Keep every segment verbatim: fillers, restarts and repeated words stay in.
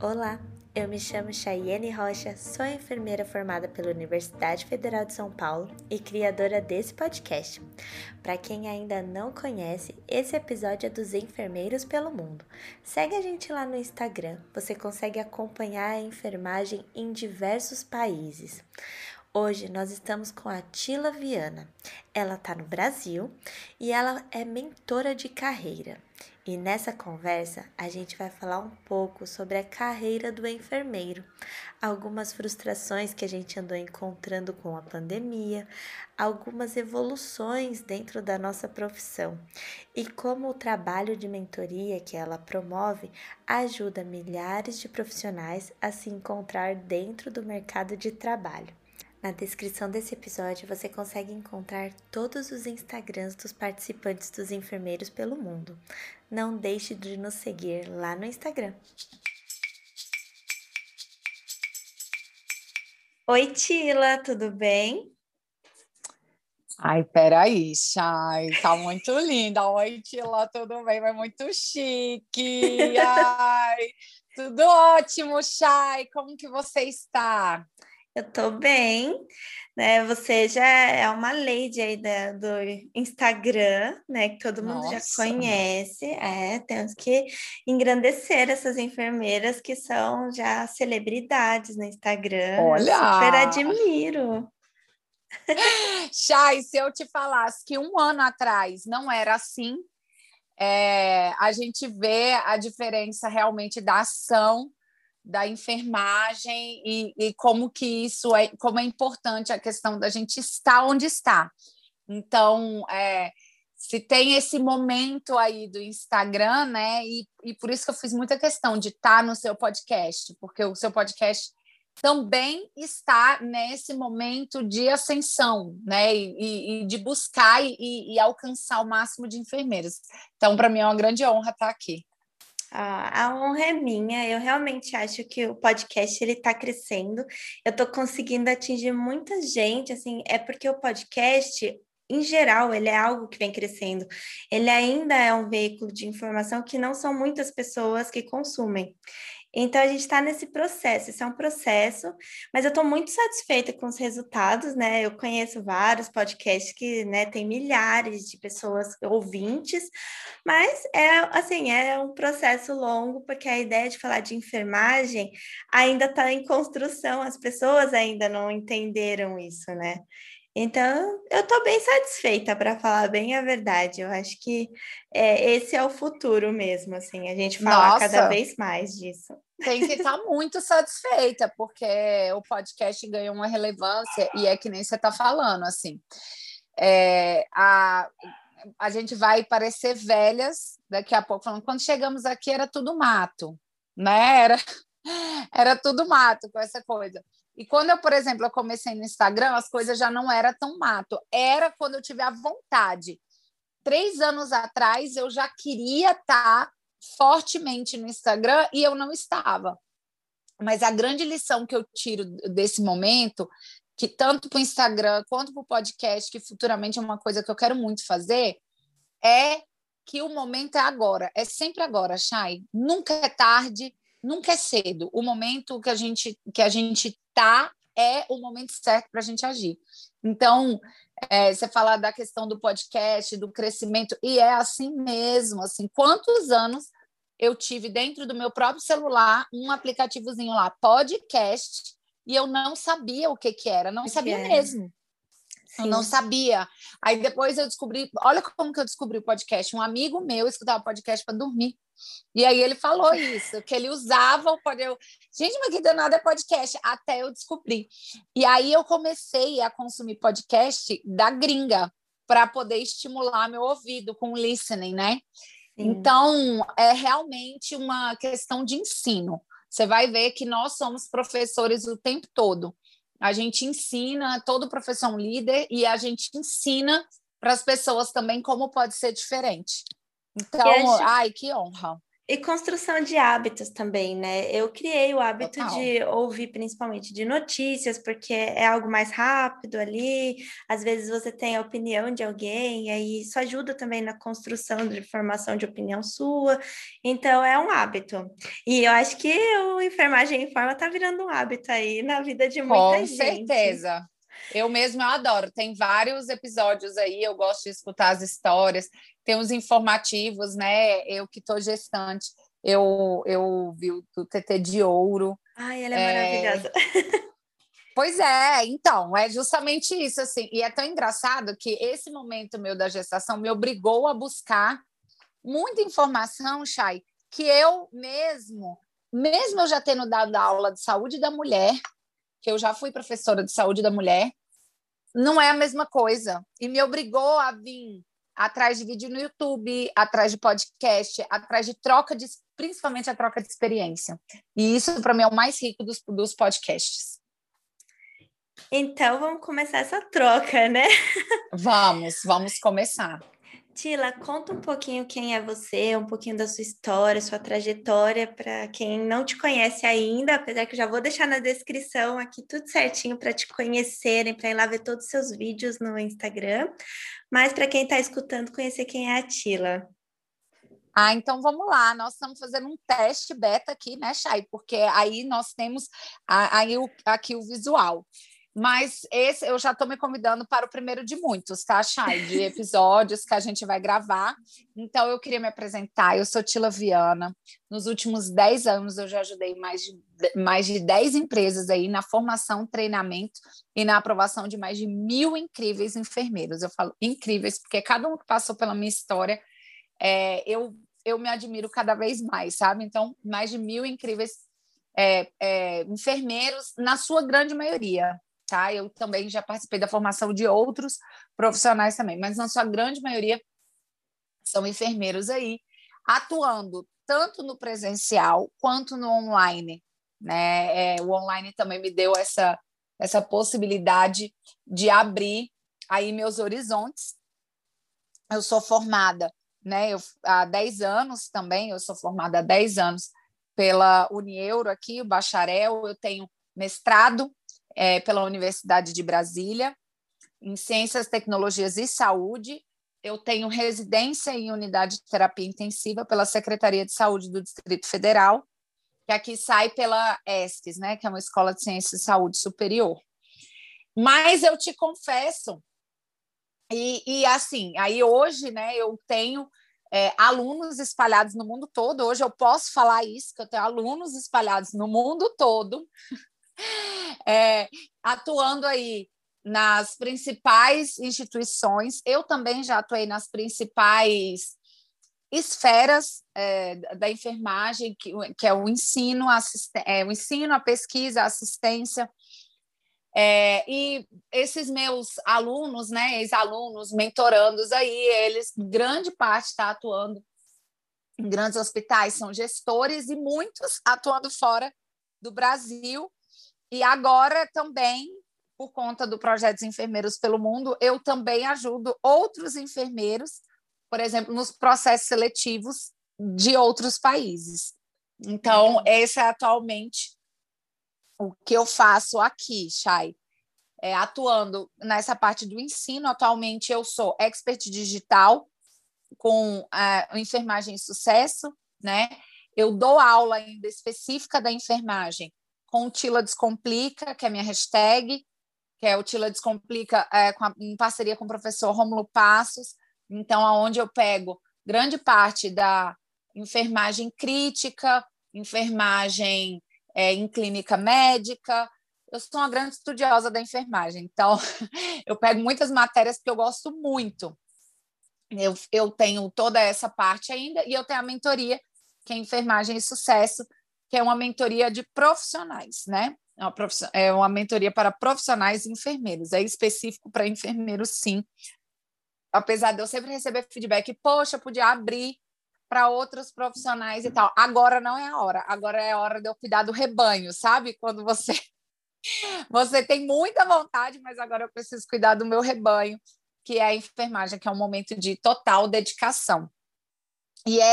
Olá, eu me chamo Chayene Rocha, sou enfermeira formada pela Universidade Federal de São Paulo e criadora desse podcast. Para quem ainda não conhece, esse episódio é dos enfermeiros pelo mundo. Segue a gente lá no Instagram, você consegue acompanhar a enfermagem em diversos países. Hoje nós estamos com a Tila Viana. Ela está no Brasil e ela é mentora de carreira. E nessa conversa a gente vai falar um pouco sobre a carreira do enfermeiro, algumas frustrações que a gente andou encontrando com a pandemia, algumas evoluções dentro da nossa profissão e como o trabalho de mentoria que ela promove ajuda milhares de profissionais a se encontrar dentro do mercado de trabalho. Na descrição desse episódio você consegue encontrar todos os Instagrams dos participantes dos enfermeiros pelo mundo. Não deixe de nos seguir lá no Instagram. Oi, Tila, tudo bem? Ai, peraí, Chay, tá muito linda. Oi, Tila, tudo bem? Vai muito chique. Ai, tudo ótimo, Chay. Como que você está? Eu tô bem, né? Você já é uma lady aí da, do Instagram, né? Que todo mundo já Nossa. conhece. É, temos que engrandecer essas enfermeiras que são já celebridades no Instagram. Eu super Olha, admiro. Chay, se eu te falasse que um ano atrás não era assim, é, a gente vê a diferença realmente da ação da enfermagem e, e como que isso é, como é importante a questão da gente estar onde está. Então, é, se tem esse momento aí do Instagram, né? E, e por isso que eu fiz muita questão de estar no seu podcast, porque o seu podcast também está nesse momento de ascensão, né? E, e de buscar e, e alcançar o máximo de enfermeiros. Então, para mim é uma grande honra estar aqui. Ah, a honra é minha. Eu realmente acho que o podcast ele está crescendo. Eu estou conseguindo atingir muita gente. Assim, é porque o podcast, em geral, ele é algo que vem crescendo. Ele ainda é um veículo de informação que não são muitas pessoas que consumem. Então, a gente está nesse processo, isso é um processo, mas eu estou muito satisfeita com os resultados, né? Eu conheço vários podcasts que, né, tem milhares de pessoas ouvintes, mas é assim, é um processo longo, porque a ideia de falar de enfermagem ainda está em construção, as pessoas ainda não entenderam isso, né? Então, eu estou bem satisfeita, para falar bem a verdade. Eu acho que é, esse é o futuro mesmo, assim, a gente falar cada Nossa, vez mais disso. tem que estar muito satisfeita, porque o podcast ganhou uma relevância e é que nem você está falando, assim. É, a, a gente vai parecer velhas daqui a pouco, falando, quando chegamos aqui era tudo mato, né? Era, era tudo mato com essa coisa. E quando eu, por exemplo, eu comecei no Instagram, as coisas já não eram tão mato. Era quando eu tive a vontade. Três anos atrás, eu já queria estar fortemente no Instagram e eu não estava. Mas a grande lição que eu tiro desse momento, que tanto para o Instagram quanto para o podcast, que futuramente é uma coisa que eu quero muito fazer, é que o momento é agora, é sempre agora, Chay. Nunca é tarde, nunca é cedo. O momento que a gente que a gente tá é o momento certo para a gente agir. Então, é, você fala da questão do podcast, do crescimento, e é assim mesmo. Assim, quantos anos eu tive dentro do meu próprio celular um aplicativozinho lá, podcast, e eu não sabia o que, que era, não sabia É, mesmo. Eu não sim. sabia. Aí depois eu descobri, olha como que eu descobri o podcast. Um amigo meu escutava podcast para dormir. E aí ele falou isso, que ele usava o podcast. Gente, mas que danado é podcast? Até eu descobri. E aí eu comecei a consumir podcast da gringa para poder estimular meu ouvido com listening, né? Sim. Então, é realmente uma questão de ensino. Você vai ver que nós somos professores o tempo todo. A gente ensina, todo professor é um líder, e a gente ensina para as pessoas também como pode ser diferente. Então, acho, ai, que honra. E construção de hábitos também, né? Eu criei o hábito Total. de ouvir principalmente de notícias, porque é algo mais rápido ali. Às vezes você tem a opinião de alguém, e aí isso ajuda também na construção de formação de opinião sua. Então é um hábito. E eu acho que o Enfermagem em Forma está virando um hábito aí na vida de muita Com gente. certeza. Eu mesma eu adoro. Tem vários episódios aí, eu gosto de escutar as histórias. Tem os informativos, né? Eu que estou gestante, eu, eu vi o do T T de Ouro. Ai, ela é É... maravilhosa. Pois é, então, é justamente isso, assim. E é tão engraçado que esse momento meu da gestação me obrigou a buscar muita informação, Chay, que eu mesmo, mesmo eu já tendo dado aula de saúde da mulher, que eu já fui professora de saúde da mulher, não é a mesma coisa. E me obrigou a vir atrás de vídeo no YouTube, atrás de podcast, atrás de troca de, principalmente a troca de experiência. E isso, para mim, é o mais rico dos, dos podcasts. Então vamos começar essa troca, né? Vamos, vamos começar. Tila, conta um pouquinho quem é você, um pouquinho da sua história, sua trajetória, para quem não te conhece ainda, apesar que eu já vou deixar na descrição aqui tudo certinho para te conhecerem, para ir lá ver todos os seus vídeos no Instagram. Mas para quem está escutando, conhecer quem é a Tila. Ah, então vamos lá. Nós estamos fazendo um teste beta aqui, né, Chay? Porque aí nós temos aí o, aqui o visual. Mas esse eu já estou me convidando para o primeiro de muitos, tá, Chay? De episódios que a gente vai gravar. Então, eu queria me apresentar. Eu sou Tila Viana. Nos últimos dez anos, eu já ajudei mais de, mais de dez empresas aí na formação, treinamento e na aprovação de mais de mil incríveis enfermeiros. Eu falo incríveis, porque cada um que passou pela minha história, é, eu, eu me admiro cada vez mais, sabe? Então, mais de mil incríveis é, é, enfermeiros, na sua grande maioria. Tá? Eu também já participei da formação de outros profissionais também, mas na sua grande maioria são enfermeiros aí, atuando tanto no presencial quanto no online. Né? É, o online também me deu essa, essa possibilidade de abrir aí meus horizontes. Eu sou formada, né? Eu, há dez anos também, eu sou formada há dez anos pela Unieuro aqui, o bacharel, eu tenho mestrado É, pela Universidade de Brasília, em Ciências, Tecnologias e Saúde. Eu tenho residência em unidade de terapia intensiva pela Secretaria de Saúde do Distrito Federal, que aqui sai pela ESCS, né, que é uma Escola de Ciências e Saúde Superior. Mas eu te confesso, e, e assim, aí hoje, né, eu tenho é, alunos espalhados no mundo todo. Hoje eu posso falar isso, que eu tenho alunos espalhados no mundo todo, É, atuando aí nas principais instituições. Eu também já atuei nas principais esferas é, da enfermagem, que, que é o ensino, é, o ensino, a pesquisa, a assistência. É, e esses meus alunos, né, ex-alunos, mentorandos aí, eles, grande parte está atuando em grandes hospitais, são gestores e muitos atuando fora do Brasil. E agora também, por conta do projeto Enfermeiros pelo Mundo, eu também ajudo outros enfermeiros, por exemplo, nos processos seletivos de outros países. Então, esse é atualmente o que eu faço aqui, Chay. É, atuando nessa parte do ensino, atualmente eu sou expert digital com a enfermagem sucesso, né? Eu dou aula ainda específica da enfermagem com o Tila Descomplica, que é a minha hashtag, que é o Tila Descomplica é, com a, em parceria com o professor Rômulo Passos. Então, aonde eu pego grande parte da enfermagem crítica, enfermagem é, em clínica médica. Eu sou uma grande estudiosa da enfermagem, então eu pego muitas matérias que eu gosto muito. Eu, eu tenho toda essa parte ainda, e eu tenho a mentoria, que é Enfermagem e Sucesso, que é uma mentoria de profissionais, né? É uma, profission... é uma mentoria para profissionais e enfermeiros, é específico para enfermeiros, sim. Apesar de eu sempre receber feedback, poxa, eu podia abrir para outros profissionais e tal. Agora não é a hora, agora é a hora de eu cuidar do rebanho, sabe? Quando você, você tem muita vontade, mas agora eu preciso cuidar do meu rebanho, que é a enfermagem, que é um momento de total dedicação. E é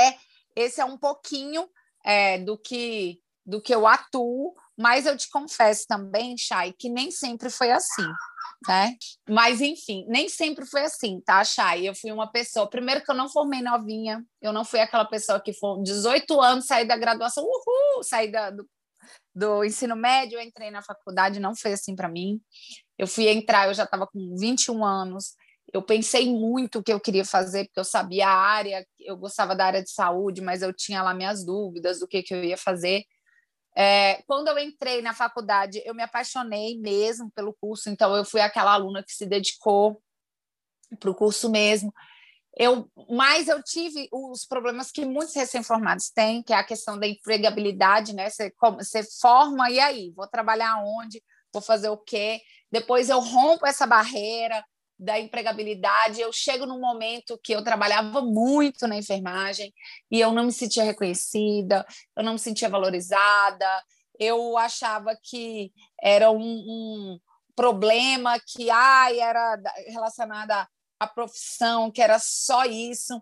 esse é um pouquinho é, do, que, do que eu atuo, mas eu te confesso também, Chay, que nem sempre foi assim, né? Mas, enfim, nem sempre foi assim, tá, Chay? Eu fui uma pessoa... Primeiro que eu não formei novinha, eu não fui aquela pessoa que foi dezoito anos, saí da graduação, uhul, saí da, do, do ensino médio, eu entrei na faculdade, não foi assim para mim. Eu fui entrar, eu já estava com vinte e um anos, eu pensei muito o que eu queria fazer, porque eu sabia a área, eu gostava da área de saúde, mas eu tinha lá minhas dúvidas do que, que eu ia fazer. É, quando eu entrei na faculdade, eu me apaixonei mesmo pelo curso, então eu fui aquela aluna que se dedicou para o curso mesmo. Eu, mas eu tive os problemas que muitos recém-formados têm, que é a questão da empregabilidade, né? Você, você forma, e aí? Vou trabalhar onde? Vou fazer o quê? Depois eu rompo essa barreira da empregabilidade, eu chego num momento que eu trabalhava muito na enfermagem e eu não me sentia reconhecida, eu não me sentia valorizada, eu achava que era um, um problema que ai, era relacionado a a profissão, que era só isso,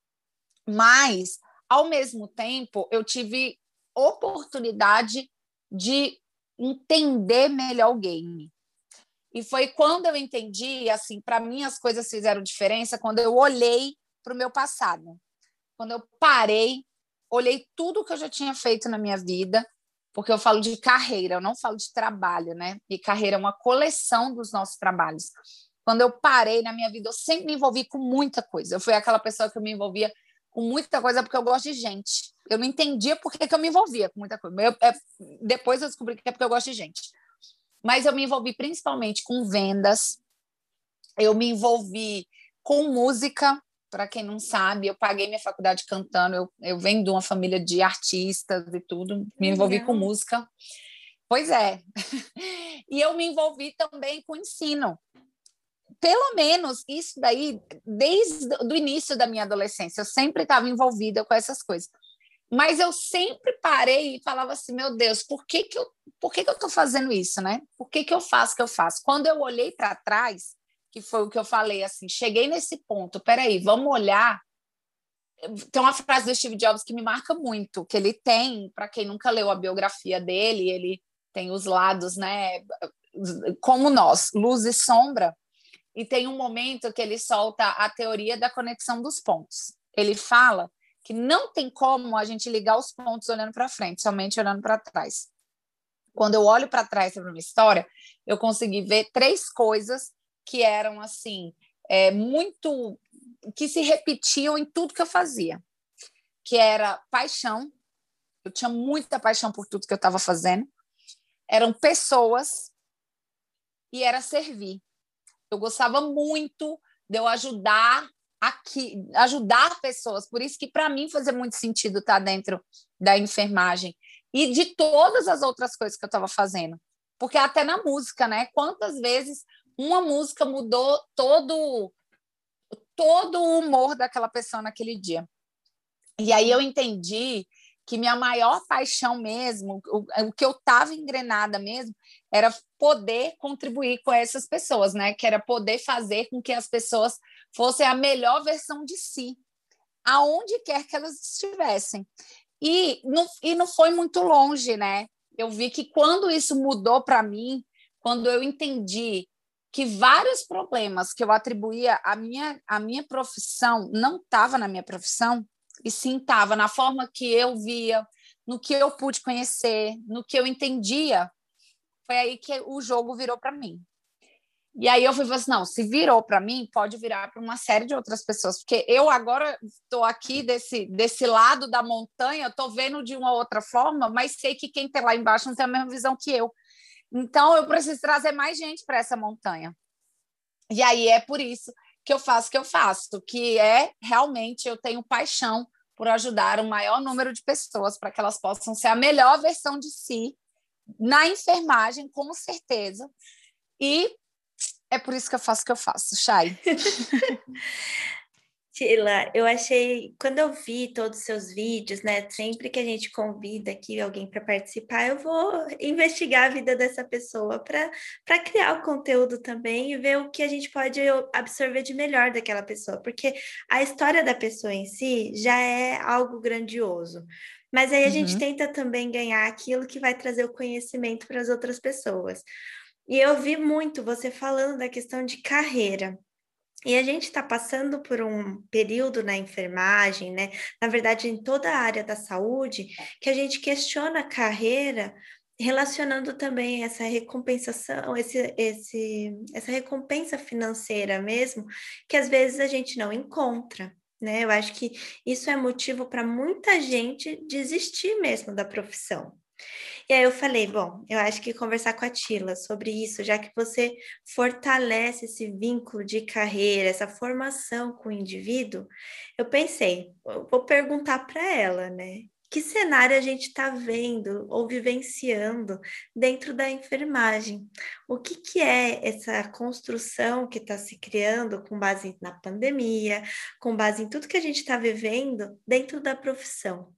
mas, ao mesmo tempo, eu tive oportunidade de entender melhor o game. E foi quando eu entendi, assim, para mim as coisas fizeram diferença quando eu olhei para o meu passado. Quando eu parei, olhei tudo que eu já tinha feito na minha vida, porque eu falo de carreira, eu não falo de trabalho, né? E carreira é uma coleção dos nossos trabalhos. Quando eu parei na minha vida, eu sempre me envolvi com muita coisa. Eu fui aquela pessoa que eu me envolvia com muita coisa porque eu gosto de gente. Eu não entendia por que, que eu me envolvia com muita coisa. Eu, é, depois eu descobri que é porque eu gosto de gente. Mas eu me envolvi principalmente com vendas, eu me envolvi com música. Para quem não sabe, eu paguei minha faculdade cantando, eu, eu venho de uma família de artistas e tudo, me envolvi Legal. com música. Pois é. E eu me envolvi também com ensino. Pelo menos isso daí, desde o início da minha adolescência, eu sempre estava envolvida com essas coisas. Mas eu sempre parei e falava assim, meu Deus, por que que eu, por que que eu estou fazendo isso, né? Por que que eu faço o que eu faço? Quando eu olhei para trás, que foi o que eu falei, assim, cheguei nesse ponto, peraí, vamos olhar. Tem uma frase do Steve Jobs que me marca muito, que ele tem, para quem nunca leu a biografia dele, ele tem os lados, né? Como nós, luz e sombra. E tem um momento que ele solta a teoria da conexão dos pontos. Ele fala que não tem como a gente ligar os pontos olhando para frente, somente olhando para trás. Quando eu olho para trás para uma história, eu consegui ver três coisas que eram assim, é, muito que se repetiam em tudo que eu fazia, que era paixão. Eu tinha muita paixão por tudo que eu estava fazendo. Eram pessoas e era servir. Eu gostava muito de eu ajudar aqui, ajudar pessoas. Por isso que, para mim, fazia muito sentido estar dentro da enfermagem e de todas as outras coisas que eu estava fazendo. Porque até na música, né? Quantas vezes uma música mudou todo, todo o humor daquela pessoa naquele dia. E aí eu entendi que minha maior paixão mesmo, o, o que eu estava engrenada mesmo, era poder contribuir com essas pessoas, né? Que era poder fazer com que as pessoas fossem a melhor versão de si, aonde quer que elas estivessem. E não, e não foi muito longe, né? Eu vi que quando isso mudou para mim, quando eu entendi que vários problemas que eu atribuía à minha, à minha profissão não estavam na minha profissão, e sim estava na forma que eu via, no que eu pude conhecer, no que eu entendia, foi aí que o jogo virou para mim. E aí eu fui assim, não, se virou para mim, pode virar para uma série de outras pessoas, porque eu agora estou aqui desse, desse lado da montanha, estou vendo de uma outra forma, mas sei que quem está lá embaixo não tem a mesma visão que eu. Então eu preciso trazer mais gente para essa montanha. E aí é por isso que eu faço o que eu faço, que é realmente eu tenho paixão por ajudar o maior número de pessoas para que elas possam ser a melhor versão de si na enfermagem, com certeza. E é por isso que eu faço o que eu faço, Chay. Sheila, eu achei, quando eu vi todos os seus vídeos, né? Sempre que a gente convida aqui alguém para participar, eu vou investigar a vida dessa pessoa para para criar o conteúdo também e ver o que a gente pode absorver de melhor daquela pessoa, porque a história da pessoa em si já é algo grandioso. Mas aí a gente Uhum. tenta também ganhar aquilo que vai trazer o conhecimento para as outras pessoas. E eu vi muito você falando da questão de carreira. E a gente está passando por um período na enfermagem, né? Na verdade, em toda a área da saúde, que a gente questiona a carreira, relacionando também essa recompensação, esse, esse, essa recompensa financeira mesmo, que às vezes a gente não encontra, né? Eu acho que isso é motivo para muita gente desistir mesmo da profissão. E aí eu falei, bom, eu acho que conversar com a Tila sobre isso, já que você fortalece esse vínculo de carreira, essa formação com o indivíduo, eu pensei, eu vou perguntar para ela, né? Que cenário a gente está vendo ou vivenciando dentro da enfermagem? O que, que é essa construção que está se criando com base na pandemia, com base em tudo que a gente está vivendo dentro da profissão?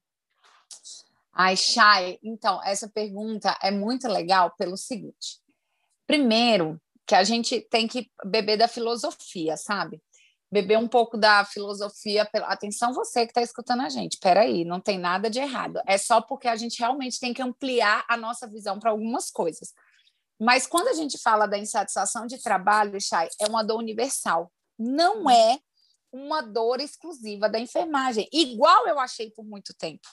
Ai, Chay, então, essa pergunta é muito legal pelo seguinte. Primeiro, que a gente tem que beber da filosofia, sabe? Beber um pouco da filosofia. Pela... Atenção, você que está escutando a gente. Peraí, não tem nada de errado. É só porque a gente realmente tem que ampliar a nossa visão para algumas coisas. Mas quando a gente fala da insatisfação de trabalho, Chay, é uma dor universal. Não é uma dor exclusiva da enfermagem, igual eu achei por muito tempo.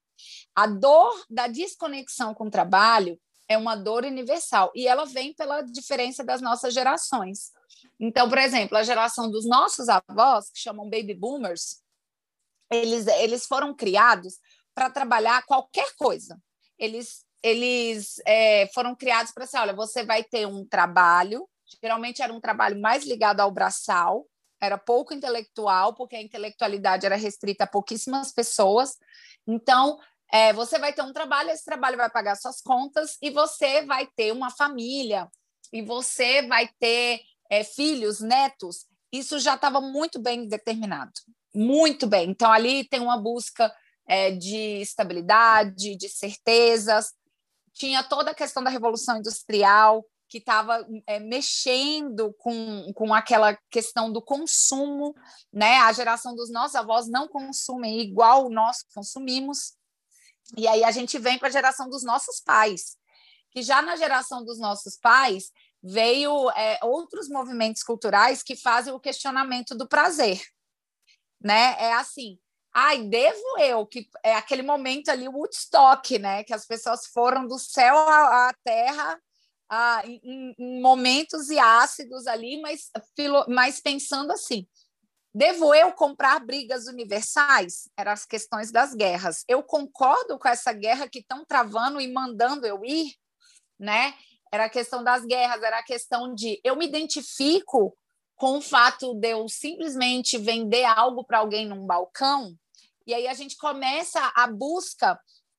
A dor da desconexão com o trabalho é uma dor universal e ela vem pela diferença das nossas gerações. Então, por exemplo, a geração dos nossos avós, que chamam baby boomers, eles, eles foram criados para trabalhar qualquer coisa. Eles, eles é, foram criados para assim, olha, você vai ter um trabalho, geralmente era um trabalho mais ligado ao braçal, era pouco intelectual, porque a intelectualidade era restrita a pouquíssimas pessoas. Então, é, você vai ter um trabalho, esse trabalho vai pagar suas contas e você vai ter uma família e você vai ter é, filhos, netos. Isso já estava muito bem determinado, muito bem. Então, ali tem uma busca é, de estabilidade, de certezas. Tinha toda a questão da Revolução Industrial, que estava é, mexendo com, com aquela questão do consumo, né? A geração dos nossos avós não consumem igual nós consumimos. E aí a gente vem para a geração dos nossos pais, que já na geração dos nossos pais veio é, outros movimentos culturais que fazem o questionamento do prazer, né? É assim, ai, devo eu, que é aquele momento ali, o Woodstock, né? Que as pessoas foram do céu à, à terra ah, em, em momentos e ácidos ali, mas, filo, mas pensando assim, devo eu comprar brigas universais? Eram as questões das guerras. Eu concordo com essa guerra que estão travando e mandando eu ir, né? Era a questão das guerras, era a questão de eu me identifico com o fato de eu simplesmente vender algo para alguém num balcão, e aí a gente começa a busca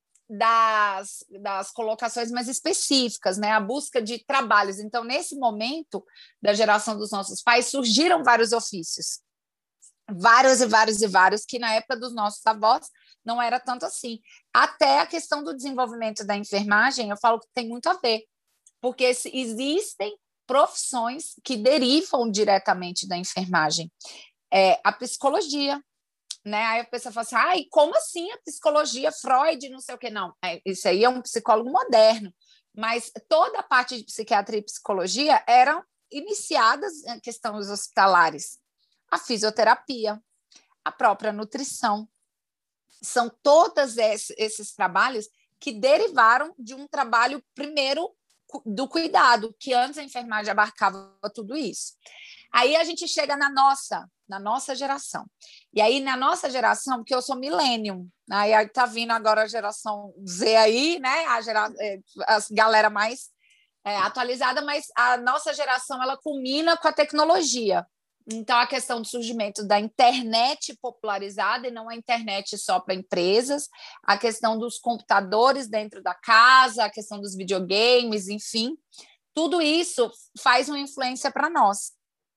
das, das colocações mais específicas, né? A busca de trabalhos. Então, nesse momento da geração dos nossos pais, surgiram vários ofícios. Vários e vários e vários, que na época dos nossos avós não era tanto assim. Até a questão do desenvolvimento da enfermagem, eu falo que tem muito a ver, porque existem profissões que derivam diretamente da enfermagem. É, a psicologia, né? Aí a pessoa fala assim, ai, como assim a psicologia, Freud, não sei o quê? Não, é, isso aí é um psicólogo moderno, mas toda a parte de psiquiatria e psicologia eram iniciadas em questões hospitalares. A fisioterapia, a própria nutrição. São todos esses trabalhos que derivaram de um trabalho, primeiro, do cuidado, que antes a enfermagem abarcava tudo isso. Aí a gente chega na nossa, na nossa geração. E aí, na nossa geração, porque eu sou millennium, aí está vindo agora a geração Z aí, né? A, gera, a galera mais é, atualizada, mas a nossa geração, ela culmina com a tecnologia. Então, a questão do surgimento da internet popularizada, e não a internet só para empresas, a questão dos computadores dentro da casa, a questão dos videogames, enfim, tudo isso faz uma influência para nós.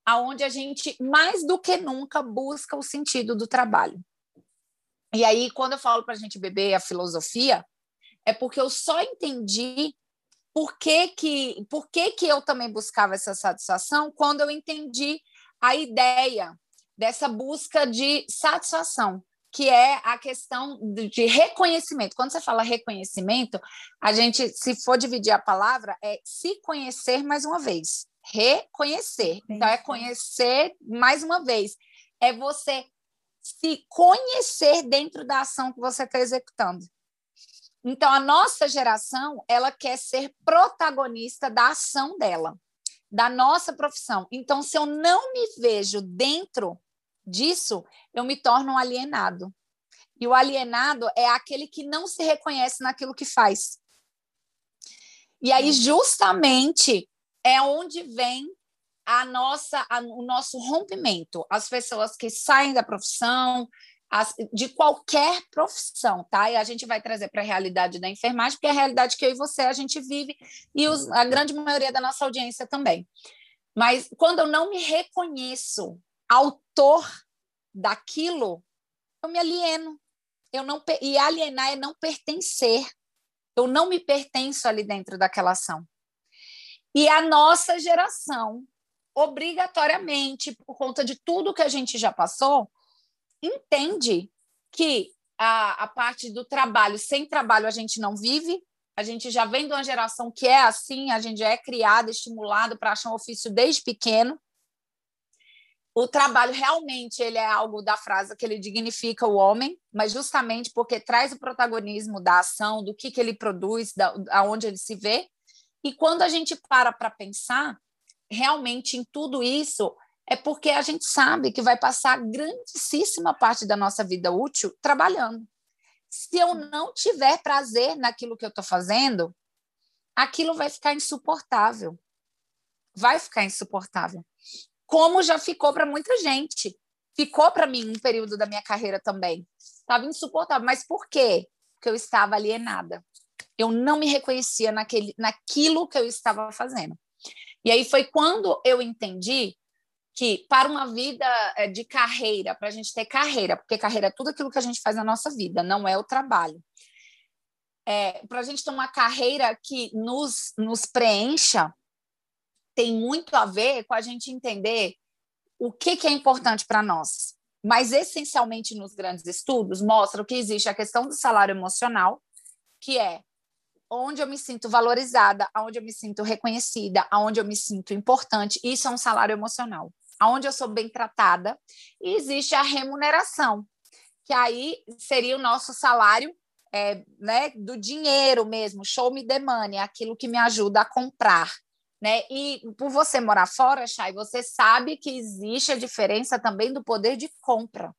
aonde a gente, mais do que nunca, busca o sentido do trabalho. E aí, quando eu falo para a gente beber a filosofia, é porque eu só entendi por que, que, por que, que eu também buscava essa satisfação quando eu entendi a ideia dessa busca de satisfação, que é a questão de reconhecimento. Quando você fala reconhecimento, a gente, se for dividir a palavra, é se conhecer mais uma vez. Reconhecer. Então, é conhecer mais uma vez. É você se conhecer dentro da ação que você está executando. Então, a nossa geração, ela quer ser protagonista da ação dela, da nossa profissão. Então, se eu não me vejo dentro disso, eu me torno um alienado. E o alienado é aquele que não se reconhece naquilo que faz. E aí, justamente, é onde vem a nossa, a, o nosso rompimento. As pessoas que saem da profissão, as, de qualquer profissão, tá? E a gente vai trazer para a realidade da enfermagem, porque é a realidade que eu e você, a gente vive, e os, a grande maioria da nossa audiência também. Mas quando eu não me reconheço autor daquilo, eu me alieno. Eu não, e alienar é não pertencer. Eu não me pertenço ali dentro daquela ação. E a nossa geração, obrigatoriamente, por conta de tudo que a gente já passou, entende que a, a parte do trabalho, sem trabalho a gente não vive, a gente já vem de uma geração que é assim, a gente já é criado, estimulado para achar um ofício desde pequeno. O trabalho realmente ele é algo da frase que ele dignifica o homem, mas justamente porque traz o protagonismo da ação, do que, que ele produz, da, aonde ele se vê. E quando a gente para para pensar realmente em tudo isso, é porque a gente sabe que vai passar grandíssima parte da nossa vida útil trabalhando. Se eu não tiver prazer naquilo que eu estou fazendo, aquilo vai ficar insuportável. Vai ficar insuportável. Como já ficou para muita gente. Ficou para mim um período da minha carreira também. Estava insuportável. Mas por quê? Porque eu estava alienada. Eu não me reconhecia naquele, naquilo que eu estava fazendo. E aí foi quando eu entendi que para uma vida de carreira, para a gente ter carreira, porque carreira é tudo aquilo que a gente faz na nossa vida, não é o trabalho. É, para a gente ter uma carreira que nos, nos preencha, tem muito a ver com a gente entender o que, que é importante para nós. Mas, essencialmente, nos grandes estudos, mostra que existe a questão do salário emocional, que é onde eu me sinto valorizada, onde eu me sinto reconhecida, onde eu me sinto importante. Isso é um salário emocional. Onde eu sou bem tratada. E existe a remuneração, que aí seria o nosso salário é, né, do dinheiro mesmo, show me the money, aquilo que me ajuda a comprar. Né? E por você morar fora, Chay, você sabe que existe a diferença também do poder de compra.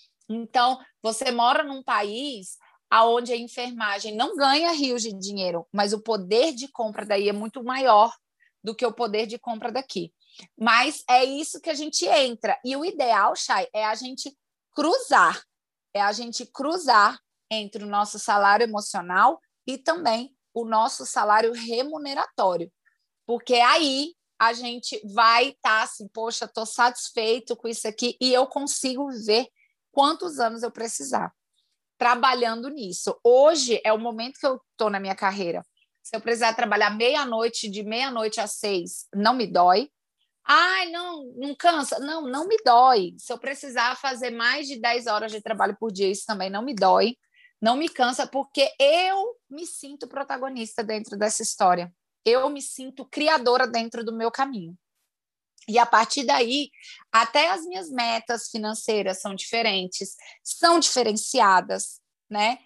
Então, você mora num país onde a enfermagem não ganha rios de dinheiro, mas o poder de compra daí é muito maior do que o poder de compra daqui. Mas é isso que a gente entra. E o ideal, Chay, é a gente cruzar. É a gente cruzar entre o nosso salário emocional e também o nosso salário remuneratório. Porque aí a gente vai estar tá assim, poxa, estou satisfeito com isso aqui e eu consigo ver quantos anos eu precisar trabalhando nisso. Hoje é o momento que eu estou na minha carreira. Se eu precisar trabalhar meia-noite, de meia-noite às seis, não me dói. Ai, não, não cansa? Não, não me dói. Se eu precisar fazer mais de dez horas de trabalho por dia, isso também não me dói. Não me cansa, porque eu me sinto protagonista dentro dessa história. Eu me sinto criadora dentro do meu caminho. E a partir daí, até as minhas metas financeiras são diferentes, são diferenciadas, né?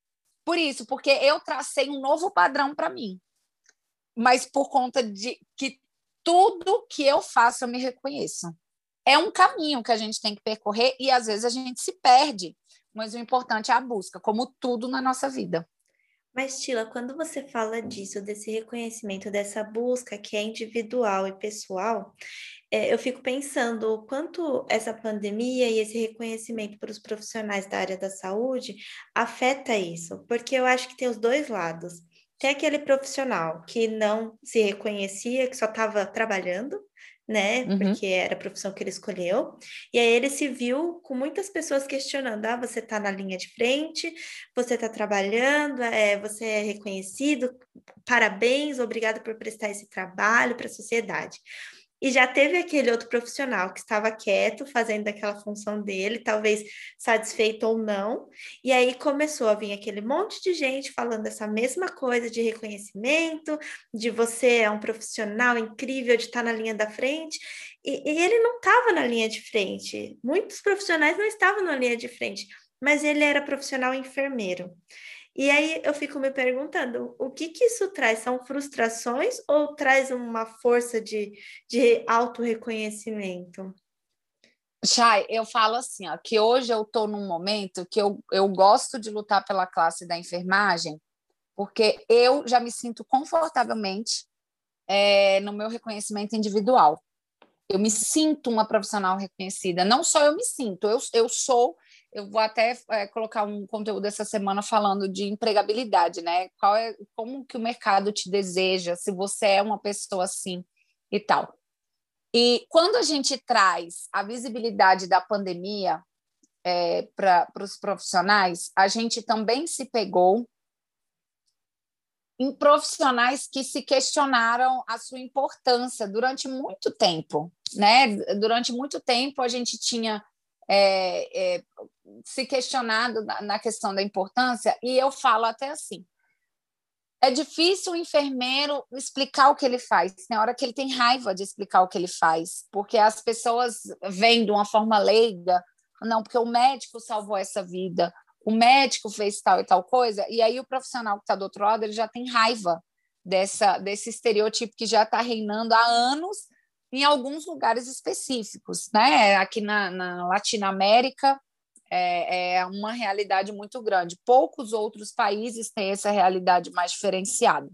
Por isso, porque eu tracei um novo padrão para mim. Mas por conta de que tudo que eu faço eu me reconheço. É um caminho que a gente tem que percorrer e às vezes a gente se perde, mas o importante é a busca, como tudo na nossa vida. Mas, Tila, quando você fala disso, desse reconhecimento, dessa busca que é individual e pessoal, é, eu fico pensando o quanto essa pandemia e esse reconhecimento para os profissionais da área da saúde afeta isso, porque eu acho que tem os dois lados. Tem aquele profissional que não se reconhecia, que só estava trabalhando, né? Uhum. Porque era a profissão que ele escolheu. E aí ele se viu com muitas pessoas questionando: ah, você está na linha de frente, você está trabalhando, é, você é reconhecido, parabéns, obrigado por prestar esse trabalho para a sociedade. E já teve aquele outro profissional que estava quieto, fazendo aquela função dele, talvez satisfeito ou não, e aí começou a vir aquele monte de gente falando essa mesma coisa de reconhecimento, de você é um profissional incrível, de estar na linha da frente, e, e ele não estava na linha de frente. Muitos profissionais não estavam na linha de frente, mas ele era profissional enfermeiro. E aí eu fico me perguntando, o que que isso traz? São frustrações ou traz uma força de, de autorreconhecimento? Chay, eu falo assim, ó, que hoje eu estou num momento que eu, eu gosto de lutar pela classe da enfermagem, porque eu já me sinto confortavelmente é, no meu reconhecimento individual. Eu me sinto uma profissional reconhecida. Não só eu me sinto, eu, eu sou. Eu vou até é, colocar um conteúdo essa semana falando de empregabilidade, né? Qual é, como que o mercado te deseja, se você é uma pessoa assim e tal. E quando a gente traz a visibilidade da pandemia é, para os profissionais, a gente também se pegou em profissionais que se questionaram a sua importância durante muito tempo, né? Durante muito tempo a gente tinha é, é, se questionado na, na questão da importância, e eu falo até assim, é difícil o enfermeiro explicar o que ele faz, tem hora que ele tem raiva de explicar o que ele faz, porque as pessoas veem de uma forma leiga, não, porque o médico salvou essa vida, o médico fez tal e tal coisa, e aí o profissional que está do outro lado, ele já tem raiva dessa, desse estereotipo que já está reinando há anos em alguns lugares específicos, né? Aqui na, na Latinoamérica é, é uma realidade muito grande. Poucos outros países têm essa realidade mais diferenciada.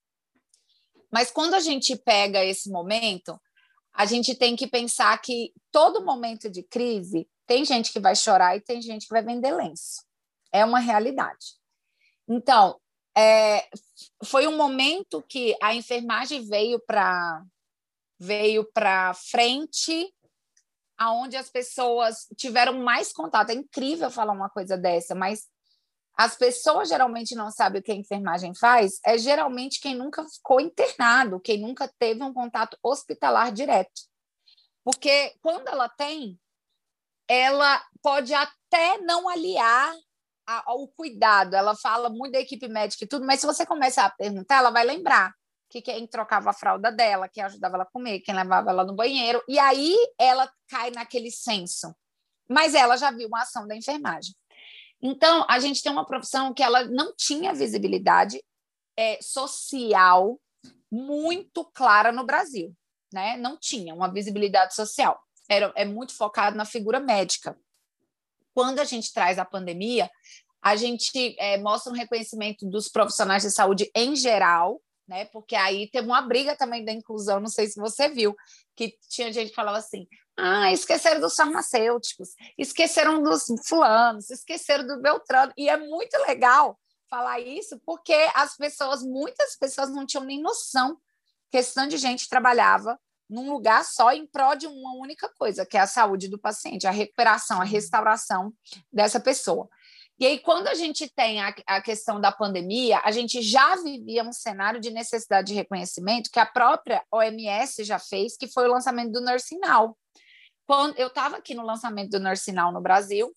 Mas quando a gente pega esse momento, a gente tem que pensar que todo momento de crise tem gente que vai chorar e tem gente que vai vender lenço. É uma realidade. Então, é, foi um momento que a enfermagem veio para veio para frente, aonde as pessoas tiveram mais contato. É incrível falar uma coisa dessa, mas as pessoas geralmente não sabem o que a enfermagem faz, é geralmente quem nunca ficou internado, quem nunca teve um contato hospitalar direto. Porque quando ela tem, ela pode até não aliar ao cuidado, ela fala muito da equipe médica e tudo, mas se você começar a perguntar, ela vai lembrar que quem trocava a fralda dela, quem ajudava ela a comer, quem levava ela no banheiro, e aí ela cai naquele senso. Mas ela já viu uma ação da enfermagem. Então, a gente tem uma profissão que ela não tinha visibilidade é, social muito clara no Brasil, né? Não tinha uma visibilidade social. Era, é muito focado na figura médica. Quando a gente traz a pandemia, a gente é, mostra um reconhecimento dos profissionais de saúde em geral, né? Porque aí teve uma briga também da inclusão, não sei se você viu, que tinha gente que falava assim, ah, esqueceram dos farmacêuticos, esqueceram dos fulanos, esqueceram do Beltrano, e é muito legal falar isso, porque as pessoas, muitas pessoas não tinham nem noção que esse tanto de gente trabalhava num lugar só em prol de uma única coisa, que é a saúde do paciente, a recuperação, a restauração dessa pessoa. E aí, quando a gente tem a, a questão da pandemia, a gente já vivia um cenário de necessidade de reconhecimento que a própria O M S já fez, que foi o lançamento do Nursing Now. Quando eu estava aqui no lançamento do Nursing Now no Brasil,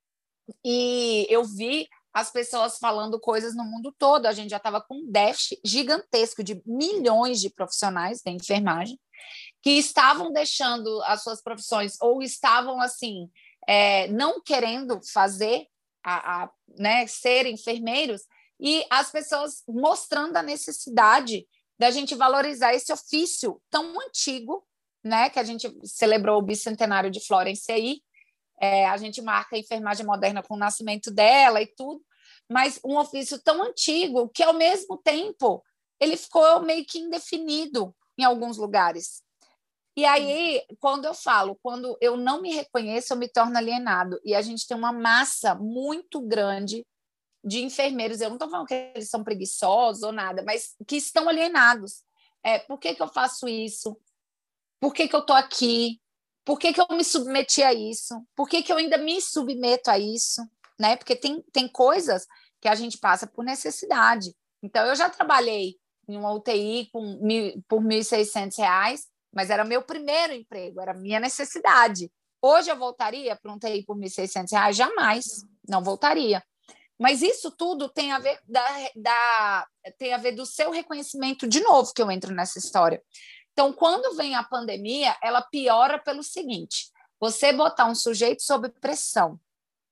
e eu vi as pessoas falando coisas no mundo todo, a gente já estava com um déficit gigantesco de milhões de profissionais da enfermagem, que estavam deixando as suas profissões ou estavam assim é, não querendo fazer a, a né, ser enfermeiros, e as pessoas mostrando a necessidade da gente valorizar esse ofício tão antigo, né, que a gente celebrou o bicentenário de Florence aí, é, a gente marca a enfermagem moderna com o nascimento dela e tudo, mas um ofício tão antigo que, ao mesmo tempo, ele ficou meio que indefinido em alguns lugares. E aí, quando eu falo, quando eu não me reconheço, eu me torno alienado. E a gente tem uma massa muito grande de enfermeiros, eu não estou falando que eles são preguiçosos ou nada, mas que estão alienados. É, por que, que eu faço isso? Por que que eu estou aqui? Por que que eu me submeti a isso? Por que que eu ainda me submeto a isso? Né? Porque tem, tem coisas que a gente passa por necessidade. Então, eu já trabalhei em uma U T I com mil, por mil e seiscentos reais, mas era meu primeiro emprego, era minha necessidade. Hoje eu voltaria para um U T I por mil e seiscentos reais? Jamais, não voltaria. Mas isso tudo tem a ver da, da, tem a ver do seu reconhecimento, de novo, que eu entro nessa história. Então, quando vem a pandemia, ela piora pelo seguinte: você botar um sujeito sob pressão,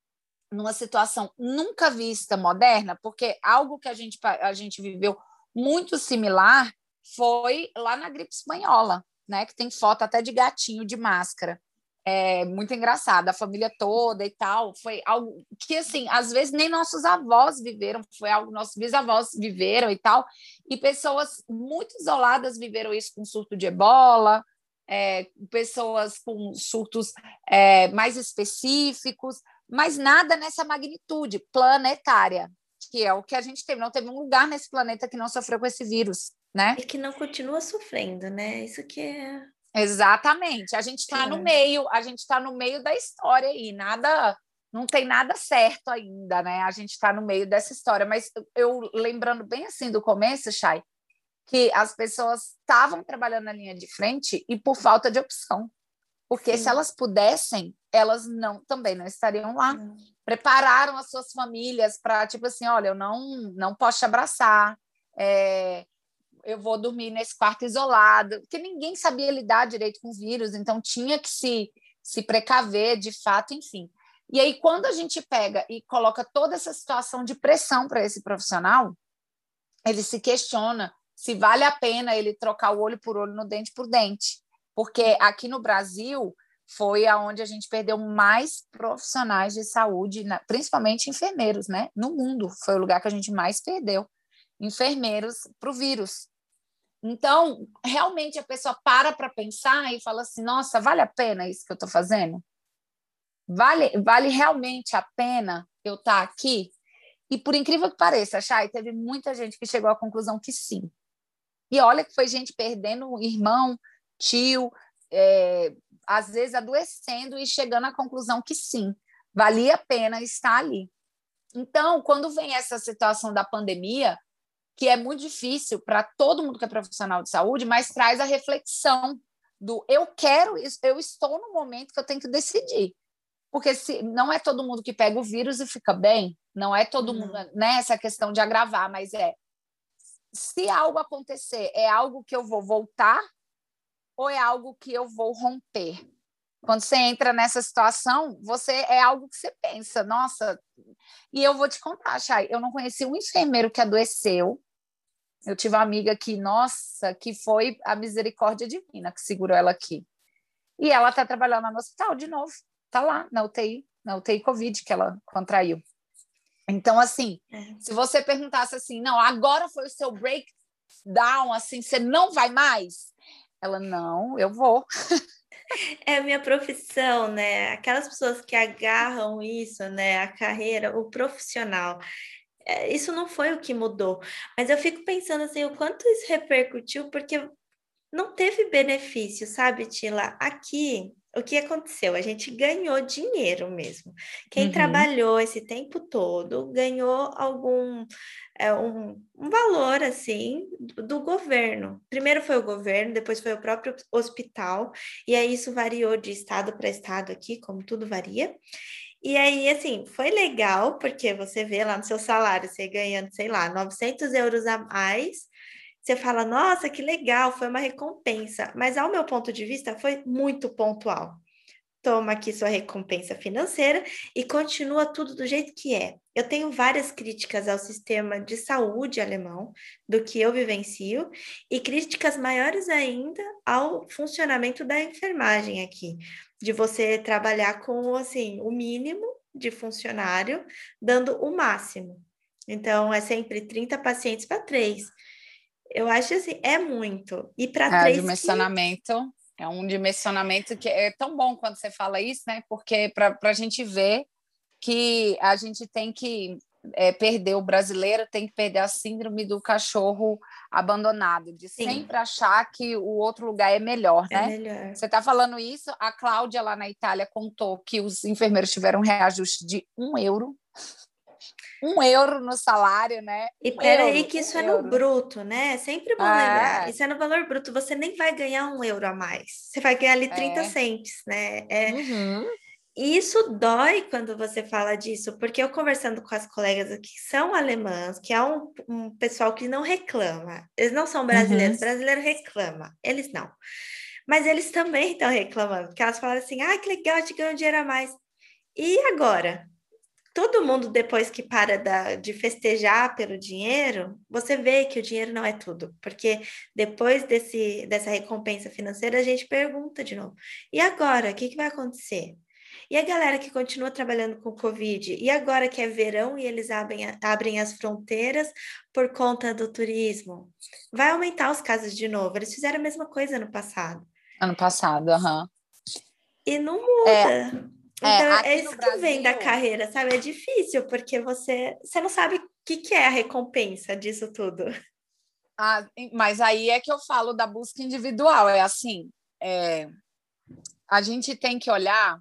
numa situação nunca vista moderna, porque algo que a gente, a gente viveu muito similar foi lá na gripe espanhola, né? Que tem foto até de gatinho de máscara. É muito engraçado, a família toda e tal. Foi algo que, assim, às vezes nem nossos avós viveram, foi algo que nossos bisavós viveram e tal. E pessoas muito isoladas viveram isso com surto de ebola, é, pessoas com surtos é, mais específicos, mas nada nessa magnitude planetária, que é o que a gente teve. Não teve um lugar nesse planeta que não sofreu com esse vírus, né? E que não continua sofrendo, né? Isso que é... Exatamente. A gente está no meio, a gente está no meio da história aí, nada, não tem nada certo ainda, né? A gente está no meio dessa história. Mas eu lembrando bem assim do começo, Chay, que as pessoas estavam trabalhando na linha de frente e por falta de opção. Porque Sim. se elas pudessem, elas não também não estariam lá. Não. Prepararam as suas famílias para, tipo assim, olha, eu não, não posso te abraçar, é, eu vou dormir nesse quarto isolado, porque ninguém sabia lidar direito com o vírus, então tinha que se, se precaver, de fato, enfim. E aí, quando a gente pega e coloca toda essa situação de pressão para esse profissional, ele se questiona se vale a pena ele trocar o olho por olho, no dente por dente. Porque aqui no Brasil foi aonde a gente perdeu mais profissionais de saúde, principalmente enfermeiros, né? No mundo foi o lugar que a gente mais perdeu enfermeiros para o vírus. Então, realmente a pessoa para para pensar e fala assim, nossa, vale a pena isso que eu estou fazendo? Vale, vale realmente a pena eu estar aqui? E por incrível que pareça, Chay, teve muita gente que chegou à conclusão que sim. E olha que foi gente perdendo irmão, tio, é, às vezes adoecendo e chegando à conclusão que sim, valia a pena estar ali. Então, quando vem essa situação da pandemia, que é muito difícil para todo mundo que é profissional de saúde, mas traz a reflexão do eu quero isso, eu estou no momento que eu tenho que decidir. Porque se, não é todo mundo que pega o vírus e fica bem, não é todo uhum. mundo, né, essa questão de agravar, mas é, se algo acontecer, é algo que eu vou voltar ou é algo que eu vou romper? Quando você entra nessa situação, você é algo que você pensa, nossa, e eu vou te contar, Chay, eu não conheci um enfermeiro que adoeceu. Eu tive uma amiga que, nossa, que foi a misericórdia divina que segurou ela aqui. E ela está trabalhando no hospital de novo, está lá na U T I, na U T I Covid que ela contraiu. Então, assim, é. se você perguntasse assim, não, agora foi o seu breakdown, assim, você não vai mais? Ela, não, eu vou. É a minha profissão, né? Aquelas pessoas que agarram isso, né? A carreira, o profissional. Isso não foi o que mudou, mas eu fico pensando assim, o quanto isso repercutiu, porque não teve benefício, sabe, Tila? Aqui, o que aconteceu? A gente ganhou dinheiro mesmo. Quem uhum. trabalhou esse tempo todo ganhou algum é, um, um valor, assim, do, do governo. Primeiro foi o governo, depois foi o próprio hospital, e aí isso variou de estado para estado aqui, como tudo varia. E aí, assim, foi legal, porque você vê lá no seu salário, você ganhando, sei lá, novecentos euros a mais, você fala, nossa, que legal, foi uma recompensa. Mas, ao meu ponto de vista, foi muito pontual. Toma aqui sua recompensa financeira e continua tudo do jeito que é. Eu tenho várias críticas ao sistema de saúde alemão, do que eu vivencio, e críticas maiores ainda ao funcionamento da enfermagem aqui, de você trabalhar com, assim, o mínimo de funcionário, dando o máximo. Então, é sempre trinta pacientes para três. Eu acho assim, é muito. E para é, três... dimensionamento... Que... É um dimensionamento que é tão bom quando você fala isso, né? Porque para a gente ver que a gente tem que é, perder o brasileiro tem que perder a síndrome do cachorro abandonado, de Sim. sempre achar que o outro lugar é melhor, É né? melhor. Você está falando isso, a Cláudia lá na Itália contou que os enfermeiros tiveram um reajuste de um euro. Um euro no salário, né? E Um peraí euro, que um isso é no euro. bruto, né? É sempre bom lembrar. É, Isso é no valor bruto. Você nem vai ganhar um euro a mais. Você vai ganhar ali trinta é. centes, né? É, Uhum, e isso dói quando você fala disso, porque eu conversando com as colegas aqui que são alemãs, que é um, um pessoal que não reclama. Eles não são uhum. brasileiros. Brasileiro reclama. Eles não. Mas eles também estão reclamando, porque elas falam assim, ah, que legal, a gente ganhou um dinheiro a mais. E agora? Todo mundo, depois que para da- de festejar pelo dinheiro, você vê que o dinheiro não é tudo, porque depois desse, dessa recompensa financeira, a gente pergunta de novo: e agora? O que, que vai acontecer? E a galera que continua trabalhando com Covid, e agora que é verão e eles abrem, a- abrem as fronteiras por conta do turismo? Vai aumentar os casos de novo. Eles fizeram a mesma coisa no passado. Ano passado, aham. E não É, muda. é, Então, é aqui no isso que vem da Brasil, carreira, sabe? É difícil, porque você, você não sabe o que, que é a recompensa disso tudo. a- mas aí é que eu falo da busca individual. É assim, é, a gente tem que olhar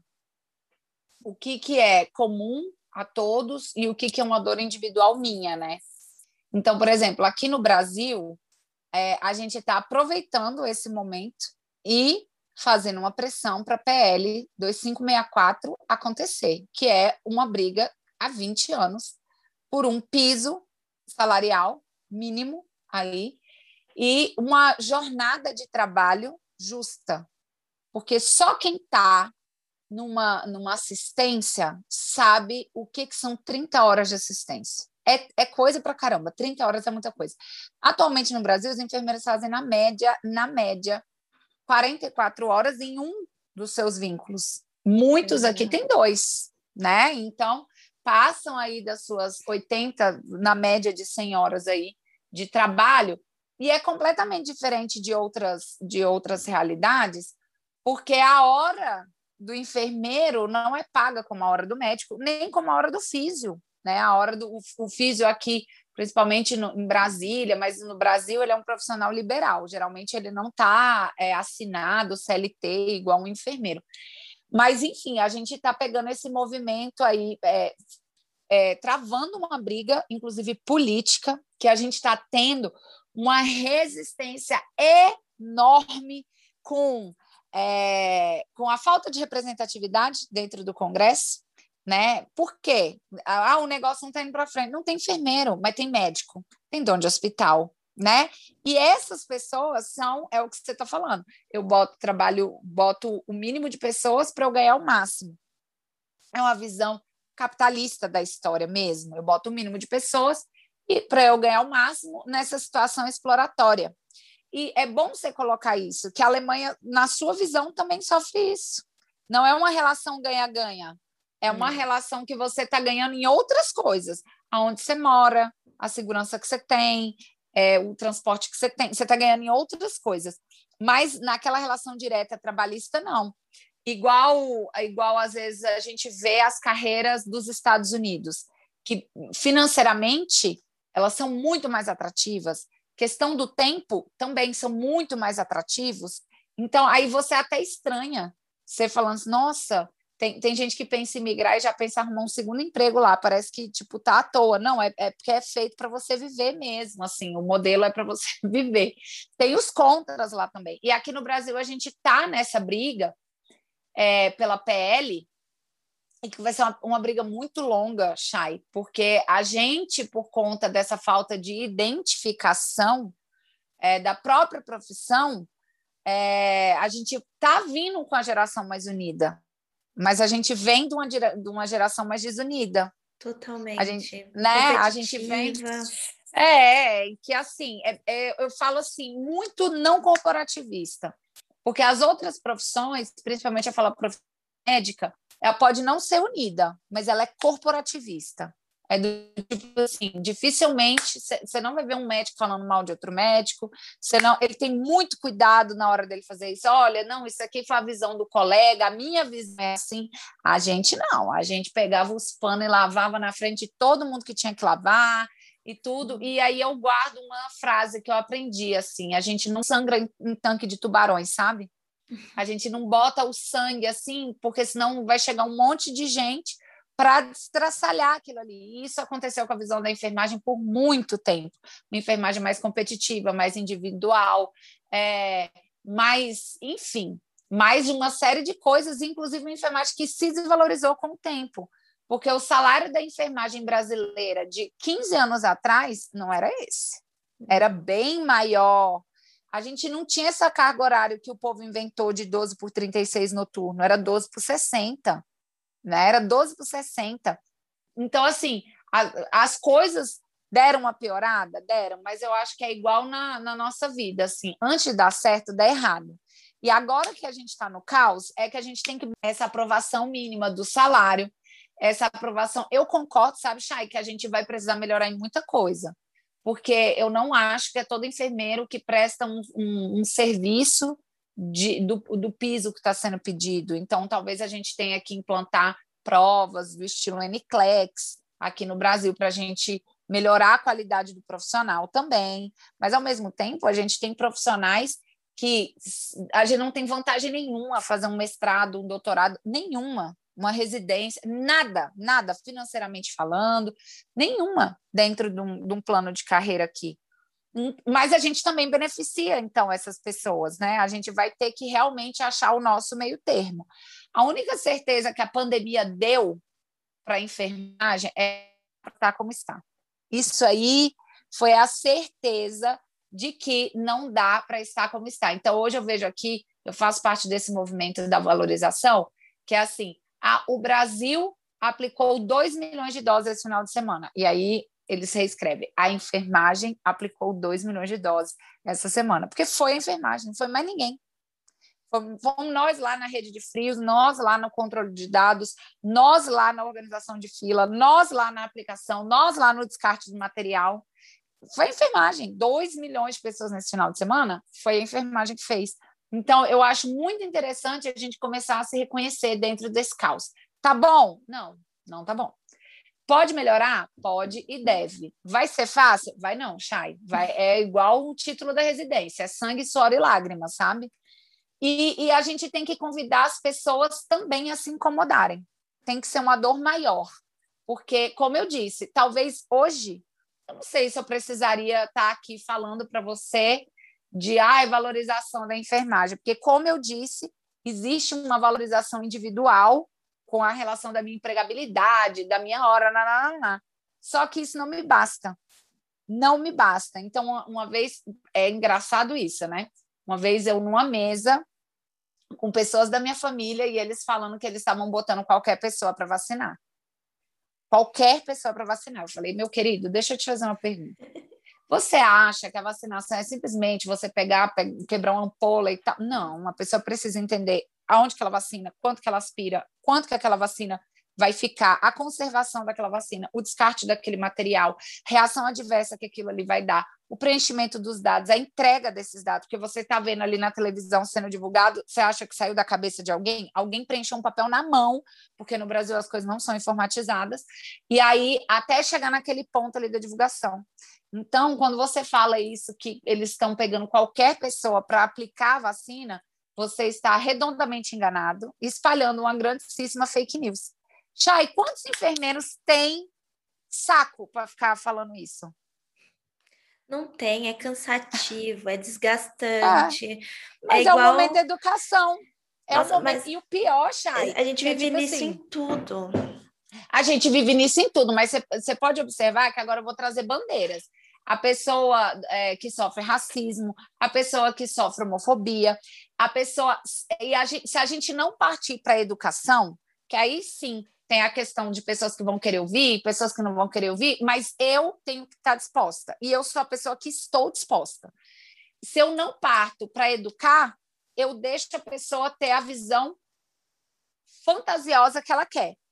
o que, que é comum a todos e o que, que é uma dor individual minha, né? Então, por exemplo, aqui no Brasil, é, a gente está aproveitando esse momento e fazendo uma pressão para a P L dois mil quinhentos e sessenta e quatro acontecer, que é uma briga há vinte anos por um piso salarial mínimo aí e uma jornada de trabalho justa, porque só quem está numa, numa assistência sabe o que, que são trinta horas de assistência. É, é coisa pra caramba, trinta horas é muita coisa. Atualmente no Brasil, os enfermeiros fazem na média, na média, quarenta e quatro horas em um dos seus vínculos. Muitos aqui Uhum. têm dois, né? Então, passam aí das suas oitenta, na média de cem horas aí de trabalho, e é completamente diferente de outras, de outras realidades, porque a hora do enfermeiro não é paga como a hora do médico, nem como a hora do físio, né? A hora do o físio aqui, principalmente no, em Brasília, mas no Brasil ele é um profissional liberal, geralmente ele não está é, assinado C L T igual um enfermeiro. Mas, enfim, a gente está pegando esse movimento aí, é, é, travando uma briga, inclusive política, que a gente está tendo uma resistência enorme com, é, com a falta de representatividade dentro do Congresso, né? Por quê? Ah, o negócio não está indo para frente. Não tem enfermeiro, mas tem médico, tem dono de hospital, né? E essas pessoas são, é o que você está falando. Eu boto trabalho, boto o mínimo de pessoas para eu ganhar o máximo. É uma visão capitalista da história mesmo. Eu boto o mínimo de pessoas e para eu ganhar o máximo nessa situação exploratória. E é bom você colocar isso, que a Alemanha, na sua visão, também sofre isso. Não é uma relação ganha-ganha, é uma Não. relação que você está ganhando em outras coisas, aonde você mora, a segurança que você tem, é, o transporte que você tem, você está ganhando em outras coisas. Mas naquela relação direta trabalhista, não. Igual, igual às vezes a gente vê as carreiras dos Estados Unidos, que financeiramente elas são muito mais atrativas. Questão do tempo também são muito mais atrativos. Então, aí você até estranha. Você falando assim, nossa, tem, tem gente que pensa em migrar e já pensa em arrumar um segundo emprego lá. Parece que, tipo, tá à toa. Não, é, é porque é feito para você viver mesmo, assim. O modelo é para você viver. Tem os contras lá também. E aqui no Brasil a gente tá nessa briga é, pela P L, e que vai ser uma, uma briga muito longa, Chay, porque a gente, por conta dessa falta de identificação é, da própria profissão, é, a gente está vindo com a geração mais unida, mas a gente vem de uma, de uma geração mais desunida. A gente, Totalmente. né? A gente vem. Competitiva. É, que assim, é, é, eu falo assim, muito não corporativista, porque as outras profissões, principalmente eu falo a profissão médica, ela pode não ser unida, mas ela é corporativista. É do tipo assim, dificilmente você não vai ver um médico falando mal de outro médico, você não, ele tem muito cuidado na hora dele fazer isso. Olha, não, isso aqui foi a visão do colega, a minha visão é assim. A gente não, a gente pegava os panos e lavava na frente de todo mundo que tinha que lavar e tudo. E aí eu guardo uma frase que eu aprendi assim: a gente não sangra em, em tanque de tubarões, sabe? A gente não bota o sangue assim, porque senão vai chegar um monte de gente para destraçalhar aquilo ali. E isso aconteceu com a visão da enfermagem por muito tempo. Uma enfermagem mais competitiva, mais individual, é, mais, enfim, mais uma série de coisas, inclusive uma enfermagem que se desvalorizou com o tempo. Porque o salário da enfermagem brasileira de quinze anos atrás não era esse. Era bem maior. A gente não tinha essa carga horária que o povo inventou de doze por trinta e seis noturno, era doze por sessenta. Né? Era doze por sessenta. Então, assim, a, as coisas deram uma piorada? Deram, mas eu acho que é igual na, na nossa vida, assim, antes de dar certo, dá errado. E agora que a gente está no caos, é que a gente tem que essa aprovação mínima do salário, essa aprovação. Eu concordo, sabe, Chay, que a gente vai precisar melhorar em muita coisa, porque eu não acho que é todo enfermeiro que presta um, um, um serviço De, do, do piso que está sendo pedido. Então, talvez a gente tenha que implantar provas do estilo N C L E X aqui no Brasil para a gente melhorar a qualidade do profissional também. Mas, ao mesmo tempo, a gente tem profissionais que a gente não tem vantagem nenhuma a fazer um mestrado, um doutorado, nenhuma, uma residência, nada, nada, financeiramente falando, nenhuma dentro de um, de um plano de carreira aqui. Mas a gente também beneficia, então, essas pessoas, né? A gente vai ter que realmente achar o nosso meio termo. A única certeza que a pandemia deu para a enfermagem é estar como está. Isso aí foi a certeza de que não dá para estar como está. Então, hoje eu vejo aqui, eu faço parte desse movimento da valorização, que é assim, a, o Brasil aplicou dois milhões de doses esse final de semana. E aí eles reescrevem, a enfermagem aplicou dois milhões de doses essa semana, porque foi a enfermagem, não foi mais ninguém. Fomos nós lá na rede de frios, nós lá no controle de dados, nós lá na organização de fila, nós lá na aplicação, nós lá no descarte de material. Foi a enfermagem. dois milhões de pessoas nesse final de semana, foi a enfermagem que fez. Então, eu acho muito interessante a gente começar a se reconhecer dentro desse caos. Tá bom? Não, não tá bom. Pode melhorar? Pode e deve. Vai ser fácil? Vai não, Chay. Vai, é igual o título da residência, é sangue, suor e lágrimas, sabe? E, e a gente tem que convidar as pessoas também a se incomodarem. Tem que ser uma dor maior. Porque, como eu disse, talvez hoje, eu não sei se eu precisaria estar aqui falando para você de ai, valorização da enfermagem, porque, como eu disse, existe uma valorização individual com a relação da minha empregabilidade, da minha hora, nananana. Só que isso não me basta. Não me basta. Então, uma vez, é engraçado isso, né? Uma vez eu numa mesa com pessoas da minha família e eles falando que eles estavam botando qualquer pessoa para vacinar. Qualquer pessoa para vacinar. Eu falei, meu querido, deixa eu te fazer uma pergunta. Você acha que a vacinação é simplesmente você pegar, quebrar uma ampola e tal? Não, uma pessoa precisa entender aonde que ela vacina, quanto que ela aspira, quanto que aquela vacina vai ficar, a conservação daquela vacina, o descarte daquele material, reação adversa que aquilo ali vai dar, o preenchimento dos dados, a entrega desses dados, porque você está vendo ali na televisão sendo divulgado, você acha que saiu da cabeça de alguém? Alguém preencheu um papel na mão, porque no Brasil as coisas não são informatizadas, e aí até chegar naquele ponto ali da divulgação. Então, quando você fala isso, que eles estão pegando qualquer pessoa para aplicar a vacina, você está redondamente enganado, espalhando uma grandíssima fake news. Chay, quantos enfermeiros têm saco para ficar falando isso? Não tem, é cansativo, é desgastante. É, mas é, é igual... o momento da educação. É Nossa, o momento... mas E o pior, Chay... a gente é vive tipo nisso assim, em tudo. A gente vive nisso em tudo, mas você pode observar que agora eu vou trazer bandeiras. A pessoa é, que sofre racismo, a pessoa que sofre homofobia, a pessoa... E a gente, se a gente não partir para a educação, que aí sim tem a questão de pessoas que vão querer ouvir, pessoas que não vão querer ouvir, mas eu tenho que estar disposta. E eu sou a pessoa que estou disposta. Se eu não parto para educar, eu deixo a pessoa ter a visão fantasiosa que ela quer.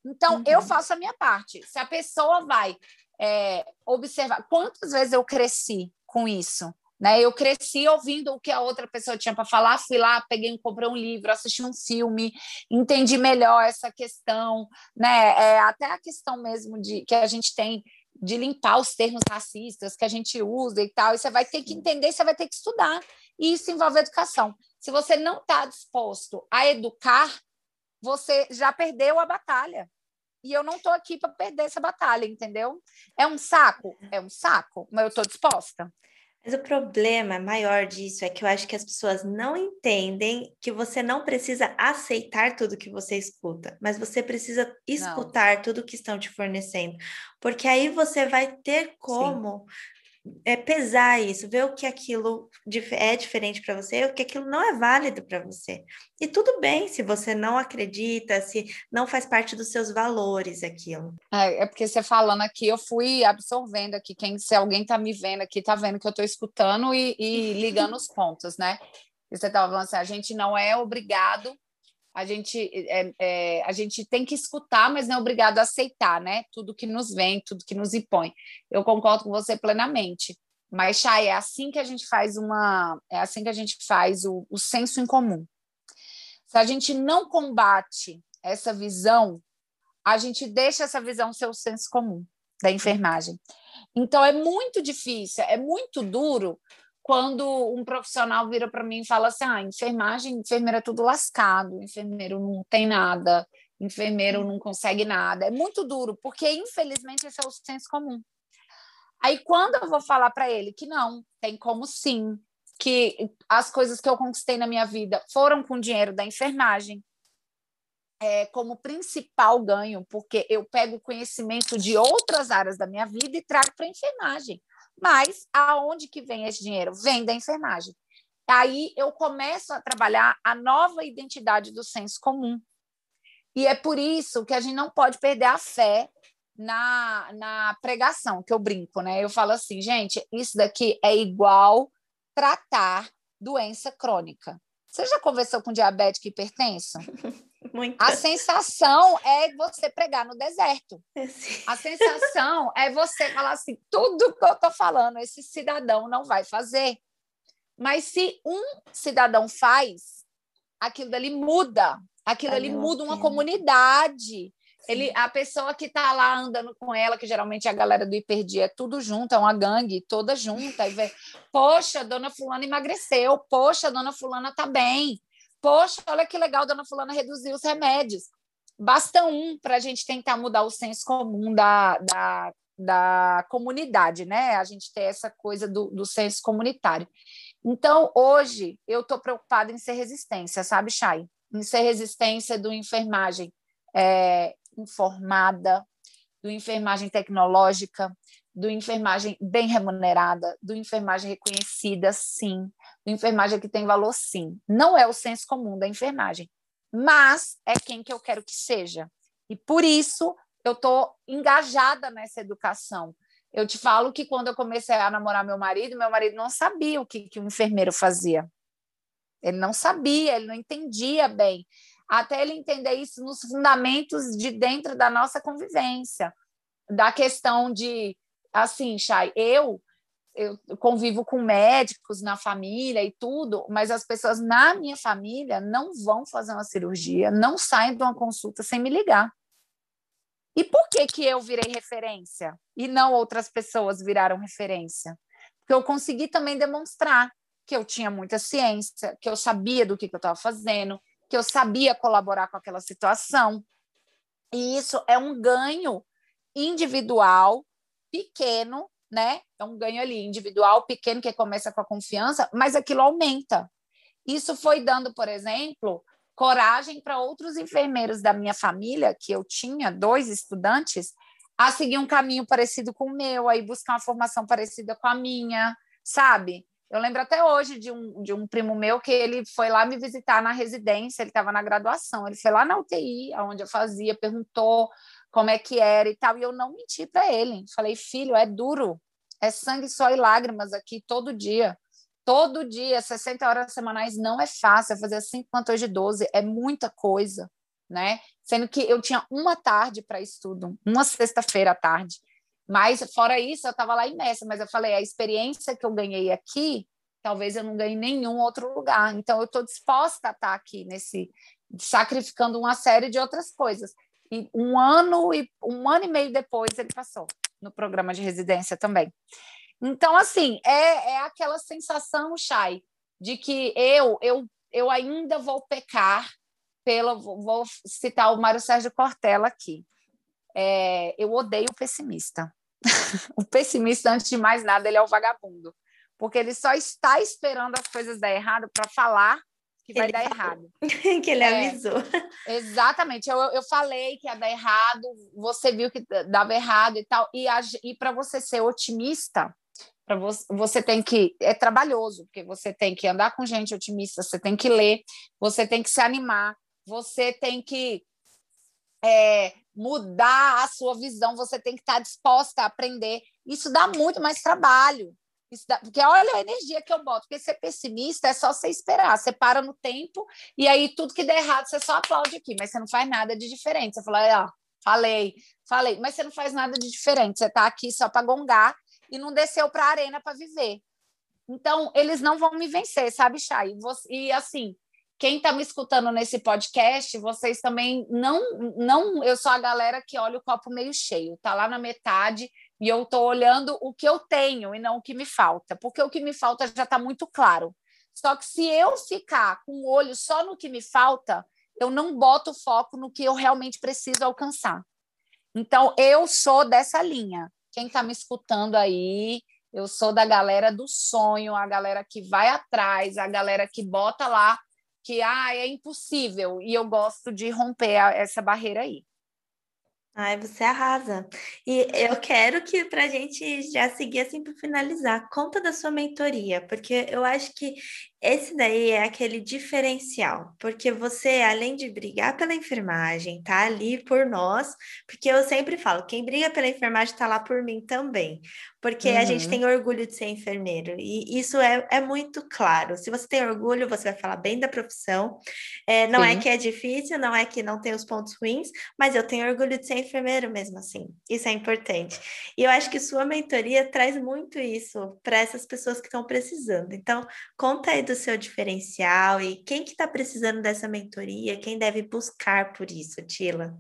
Então, Uhum. eu faço a minha parte. Se a pessoa vai é, observar... Quantas vezes eu cresci com isso? Né? Eu cresci ouvindo o que a outra pessoa tinha para falar, fui lá, peguei, comprei um livro, assisti um filme, entendi melhor essa questão, né? É, até a questão mesmo de que a gente tem de limpar os termos racistas que a gente usa e tal, e você vai ter que entender, você vai ter que estudar, e isso envolve educação. Se você não está disposto a educar, você já perdeu a batalha. E eu não estou aqui para perder essa batalha, entendeu? É um saco? É um saco, mas eu estou disposta. Mas o problema maior disso é que eu acho que as pessoas não entendem que você não precisa aceitar tudo que você escuta, mas você precisa escutar não. tudo que estão te fornecendo, porque aí você vai ter como é, pesar isso, ver o que aquilo é diferente para você, o que aquilo não é válido para você. E tudo bem se você não acredita, se não faz parte dos seus valores aquilo. É, é porque você falando aqui, eu fui absorvendo aqui, quem, se alguém está me vendo aqui, está vendo que eu estou escutando e, e ligando os pontos, né? E você estava falando assim, a gente não é obrigado, a gente, é, é, a gente tem que escutar, mas não é obrigado a aceitar, né? Tudo que nos vem, tudo que nos impõe. Eu concordo com você plenamente. Mas, Chay, é assim que a gente faz uma. É assim que a gente faz o, o senso em comum. Se a gente não combate essa visão, a gente deixa essa visão ser o senso comum da enfermagem. Então, é muito difícil, é muito duro quando um profissional vira para mim e fala assim, ah, enfermagem, enfermeiro é tudo lascado, enfermeiro não tem nada, enfermeiro não consegue nada. É muito duro, porque, infelizmente, esse é o senso comum. Aí, quando eu vou falar para ele que não, tem como sim, que as coisas que eu conquistei na minha vida foram com o dinheiro da enfermagem, é, como principal ganho, porque eu pego conhecimento de outras áreas da minha vida e trago para a enfermagem. Mas aonde que vem esse dinheiro? Vem da enfermagem. Aí eu começo a trabalhar a nova identidade do senso comum. E é por isso que a gente não pode perder a fé na, na pregação, que eu brinco, né? Eu falo assim, gente, isso daqui é igual tratar doença crônica. Você já conversou com diabético e hipertenso? Muito. A sensação é você pregar no deserto. Sim. A sensação é você falar assim, tudo que eu estou falando, esse cidadão não vai fazer. Mas se um cidadão faz, aquilo dali muda. Aquilo Valeu ali muda uma comunidade. Ele, a pessoa que está lá andando com ela, que geralmente é a galera do hiperdia, é tudo junto, é uma gangue, toda junta. E vê, poxa, dona fulana emagreceu. Poxa, dona fulana está bem. Poxa, olha que legal, dona fulana reduziu os remédios. Basta um para a gente tentar mudar o senso comum da, da, da comunidade, né? A gente ter essa coisa do, do senso comunitário. Então, hoje, eu estou preocupada em ser resistência, sabe, Chay? Em ser resistência do enfermagem é, informada, do enfermagem tecnológica, do enfermagem bem remunerada, do enfermagem reconhecida, sim, do enfermagem que tem valor, sim. Não é o senso comum da enfermagem, mas é quem que eu quero que seja. E por isso eu estou engajada nessa educação. Eu te falo que quando eu comecei a namorar meu marido, meu marido não sabia o que, que o enfermeiro fazia. Ele não sabia, ele não entendia bem. Até ele entender isso nos fundamentos de dentro da nossa convivência. Da questão de, assim, Chay, eu, eu convivo com médicos na família e tudo, mas as pessoas na minha família não vão fazer uma cirurgia, não saem de uma consulta sem me ligar. E por que que eu virei referência e não outras pessoas viraram referência? Porque eu consegui também demonstrar que eu tinha muita ciência, que eu sabia do que, que eu estava fazendo, que eu sabia colaborar com aquela situação. E isso é um ganho individual, pequeno, né? É um ganho ali individual, pequeno, que começa com a confiança, mas aquilo aumenta. Isso foi dando, por exemplo, coragem para outros enfermeiros da minha família, que eu tinha dois estudantes, a seguir um caminho parecido com o meu, aí buscar uma formação parecida com a minha, sabe? Eu lembro até hoje de um, de um primo meu que ele foi lá me visitar na residência, ele estava na graduação, ele foi lá na U T I, onde eu fazia, perguntou como é que era e tal, e eu não menti para ele. Falei, filho, é duro, é sangue, suor e lágrimas aqui todo dia. Todo dia, sessenta horas semanais não é fácil, é fazer cinco plantões de doze, é muita coisa. né? Sendo que eu tinha uma tarde para estudo, uma sexta-feira à tarde. Mas, fora isso, eu estava lá imersa. Mas eu falei, a experiência que eu ganhei aqui, talvez eu não ganhe em nenhum outro lugar. Então, eu estou disposta a estar aqui, nesse, sacrificando uma série de outras coisas. E um ano e um ano e meio depois ele passou no programa de residência também. Então, assim, é, é aquela sensação, Chay, de que eu, eu, eu ainda vou pecar pela. Vou citar o Mário Sérgio Cortella aqui. É, eu odeio o pessimista. O pessimista, antes de mais nada, ele é o vagabundo, porque ele só está esperando as coisas dar errado para falar que vai ele dar falou. errado. Que ele é, avisou. Exatamente. Eu, eu falei que ia dar errado, você viu que dava errado e tal. E, e para você ser otimista, para você, você tem que. É trabalhoso, porque você tem que andar com gente otimista, você tem que ler, você tem que se animar, você tem que. É, mudar a sua visão, você tem que estar disposta a aprender. Isso dá muito mais trabalho. Isso dá, porque olha a energia que eu boto. Porque ser pessimista é só você esperar. Você para no tempo e aí tudo que der errado você só aplaude aqui, mas você não faz nada de diferente. Você fala, ah, falei, falei, mas você não faz nada de diferente. Você está aqui só para gongar e não desceu para a arena para viver. Então, eles não vão me vencer, sabe, Chay? E, você, e assim, quem está me escutando nesse podcast, vocês também não, não. Eu sou a galera que olha o copo meio cheio, tá lá na metade e eu estou olhando o que eu tenho e não o que me falta, porque o que me falta já está muito claro. Só que se eu ficar com o olho só no que me falta, eu não boto foco no que eu realmente preciso alcançar. Então, eu sou dessa linha. Quem está me escutando aí, eu sou da galera do sonho, a galera que vai atrás, a galera que bota lá que ah, é impossível, e eu gosto de romper essa barreira aí. Ai, você arrasa. E eu quero que, para a gente já seguir assim para finalizar, conta da sua mentoria, porque eu acho que esse daí é aquele diferencial, porque você, além de brigar pela enfermagem, tá ali por nós, porque eu sempre falo, quem briga pela enfermagem tá lá por mim também, porque uhum. a gente tem orgulho de ser enfermeiro, e isso é, é muito claro. Se você tem orgulho, você vai falar bem da profissão, é, não Sim. é que é difícil, não é que não tem os pontos ruins, mas eu tenho orgulho de ser enfermeiro mesmo assim, isso é importante. E eu acho que sua mentoria traz muito isso para essas pessoas que estão precisando. Então, conta aí do seu diferencial e quem que está precisando dessa mentoria, quem deve buscar por isso, Tila.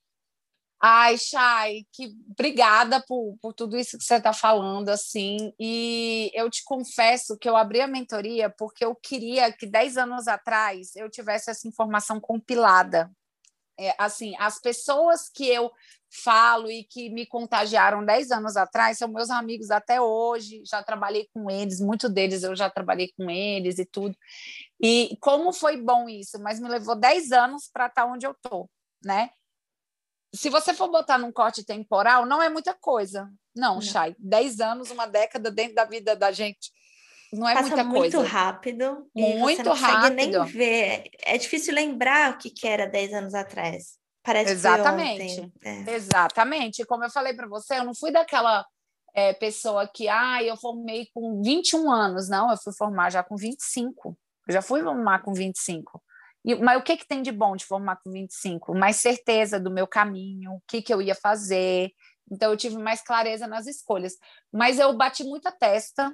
Ai, Chay, que obrigada por, por tudo isso que você está falando, assim, e eu te confesso que eu abri a mentoria porque eu queria que dez anos atrás eu tivesse essa informação compilada. É, assim, as pessoas que eu falo e que me contagiaram dez anos atrás são meus amigos até hoje, já trabalhei com eles, muitos deles eu já trabalhei com eles e tudo. E como foi bom isso, mas me levou dez anos para estar onde eu estou, né? Se você for botar num corte temporal, não é muita coisa. Não, não. Chay, dez anos, uma década dentro da vida da gente. Não é Passa muita coisa. muito rápido e muito você não consegue rápido. nem ver. É difícil lembrar o que, que era dez anos atrás. Parece Exatamente. que foi ontem. É. Exatamente. Como eu falei para você, eu não fui daquela é, pessoa que ah, eu formei com vinte e um anos. Não, eu fui formar já com vinte e cinco. Eu já fui formar com vinte e cinco. E, mas o que, que tem de bom de formar com vinte e cinco? Mais certeza do meu caminho, o que, que eu ia fazer. Então, eu tive mais clareza nas escolhas. Mas eu bati muita testa.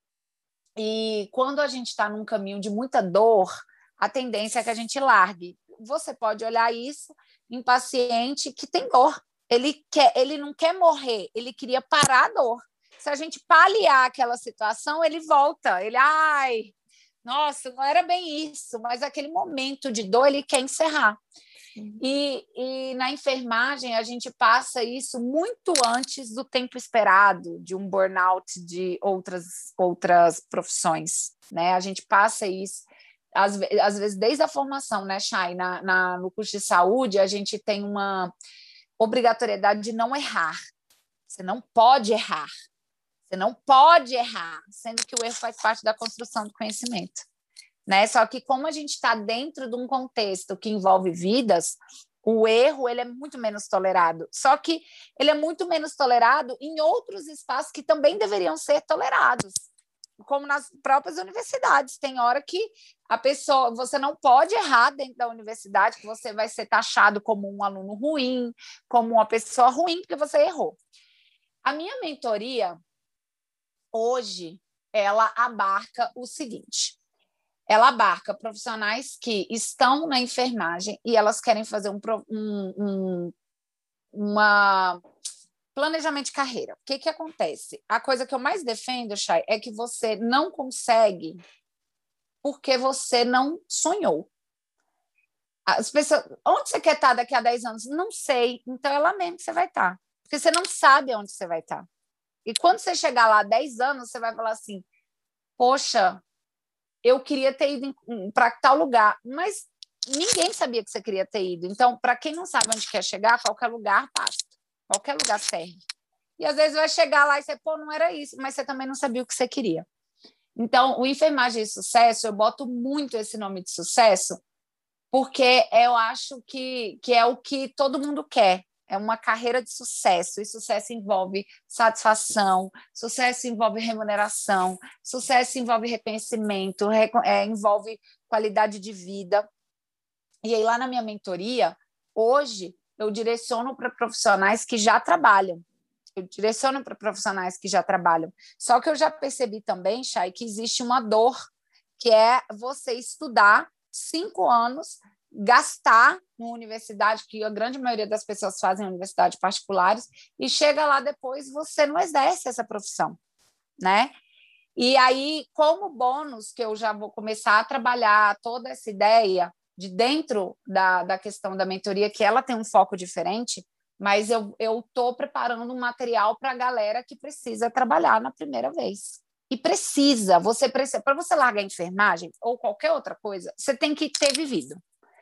E quando a gente está num caminho de muita dor, a tendência é que a gente largue. Você pode olhar isso em paciente que tem dor. Ele, quer, ele não quer morrer, ele queria parar a dor. Se a gente paliar aquela situação, ele volta. Ele, ai, nossa, não era bem isso, mas aquele momento de dor ele quer encerrar. E, e na enfermagem a gente passa isso muito antes do tempo esperado, de um burnout de outras, outras profissões, né? A gente passa isso, às, às vezes, desde a formação, né, Chay? Na, na, no curso de saúde, a gente tem uma obrigatoriedade de não errar. Você não pode errar. Você não pode errar, sendo que o erro faz parte da construção do conhecimento. Né? Só que como a gente está dentro de um contexto que envolve vidas, o erro ele é muito menos tolerado. Só que ele é muito menos tolerado em outros espaços que também deveriam ser tolerados. como nas próprias universidades. Tem hora que a pessoa, você não pode errar dentro da universidade, que você vai ser taxado como um aluno ruim, como uma pessoa ruim, porque você errou. A minha mentoria, hoje, ela abarca o seguinte: ela abarca profissionais que estão na enfermagem e elas querem fazer um, um, um uma planejamento de carreira. O que, que acontece? A coisa que eu mais defendo, Chay, é que você não consegue porque você não sonhou. As pessoas, onde você quer estar daqui a dez anos? Não sei. Então é lá mesmo que você vai estar. Porque você não sabe onde você vai estar. E quando você chegar lá dez anos, você vai falar assim: poxa, eu queria ter ido para tal lugar, mas ninguém sabia que você queria ter ido. Então, para quem não sabe onde quer chegar, qualquer lugar basta. Qualquer lugar serve. E às vezes vai chegar lá e você, pô, não era isso, mas você também não sabia o que você queria. Então, o enfermagem de sucesso, eu boto muito esse nome de sucesso, porque eu acho que, que é o que todo mundo quer. É uma carreira de sucesso, e sucesso envolve satisfação, sucesso envolve remuneração, sucesso envolve reconhecimento, é, envolve qualidade de vida. E aí, lá na minha mentoria, hoje, eu direciono para profissionais que já trabalham. Eu direciono para profissionais que já trabalham. Só que eu já percebi também, Chay, que existe uma dor, que é você estudar cinco anos, gastar na universidade, que a grande maioria das pessoas fazem em universidades particulares, e chega lá depois você não exerce essa profissão, né? E aí, como bônus, que eu já vou começar a trabalhar toda essa ideia de dentro da, da questão da mentoria, que ela tem um foco diferente, mas eu estou preparando um material para a galera que precisa trabalhar na primeira vez. E precisa, você precisa, para você largar a enfermagem ou qualquer outra coisa, você tem que ter vivido.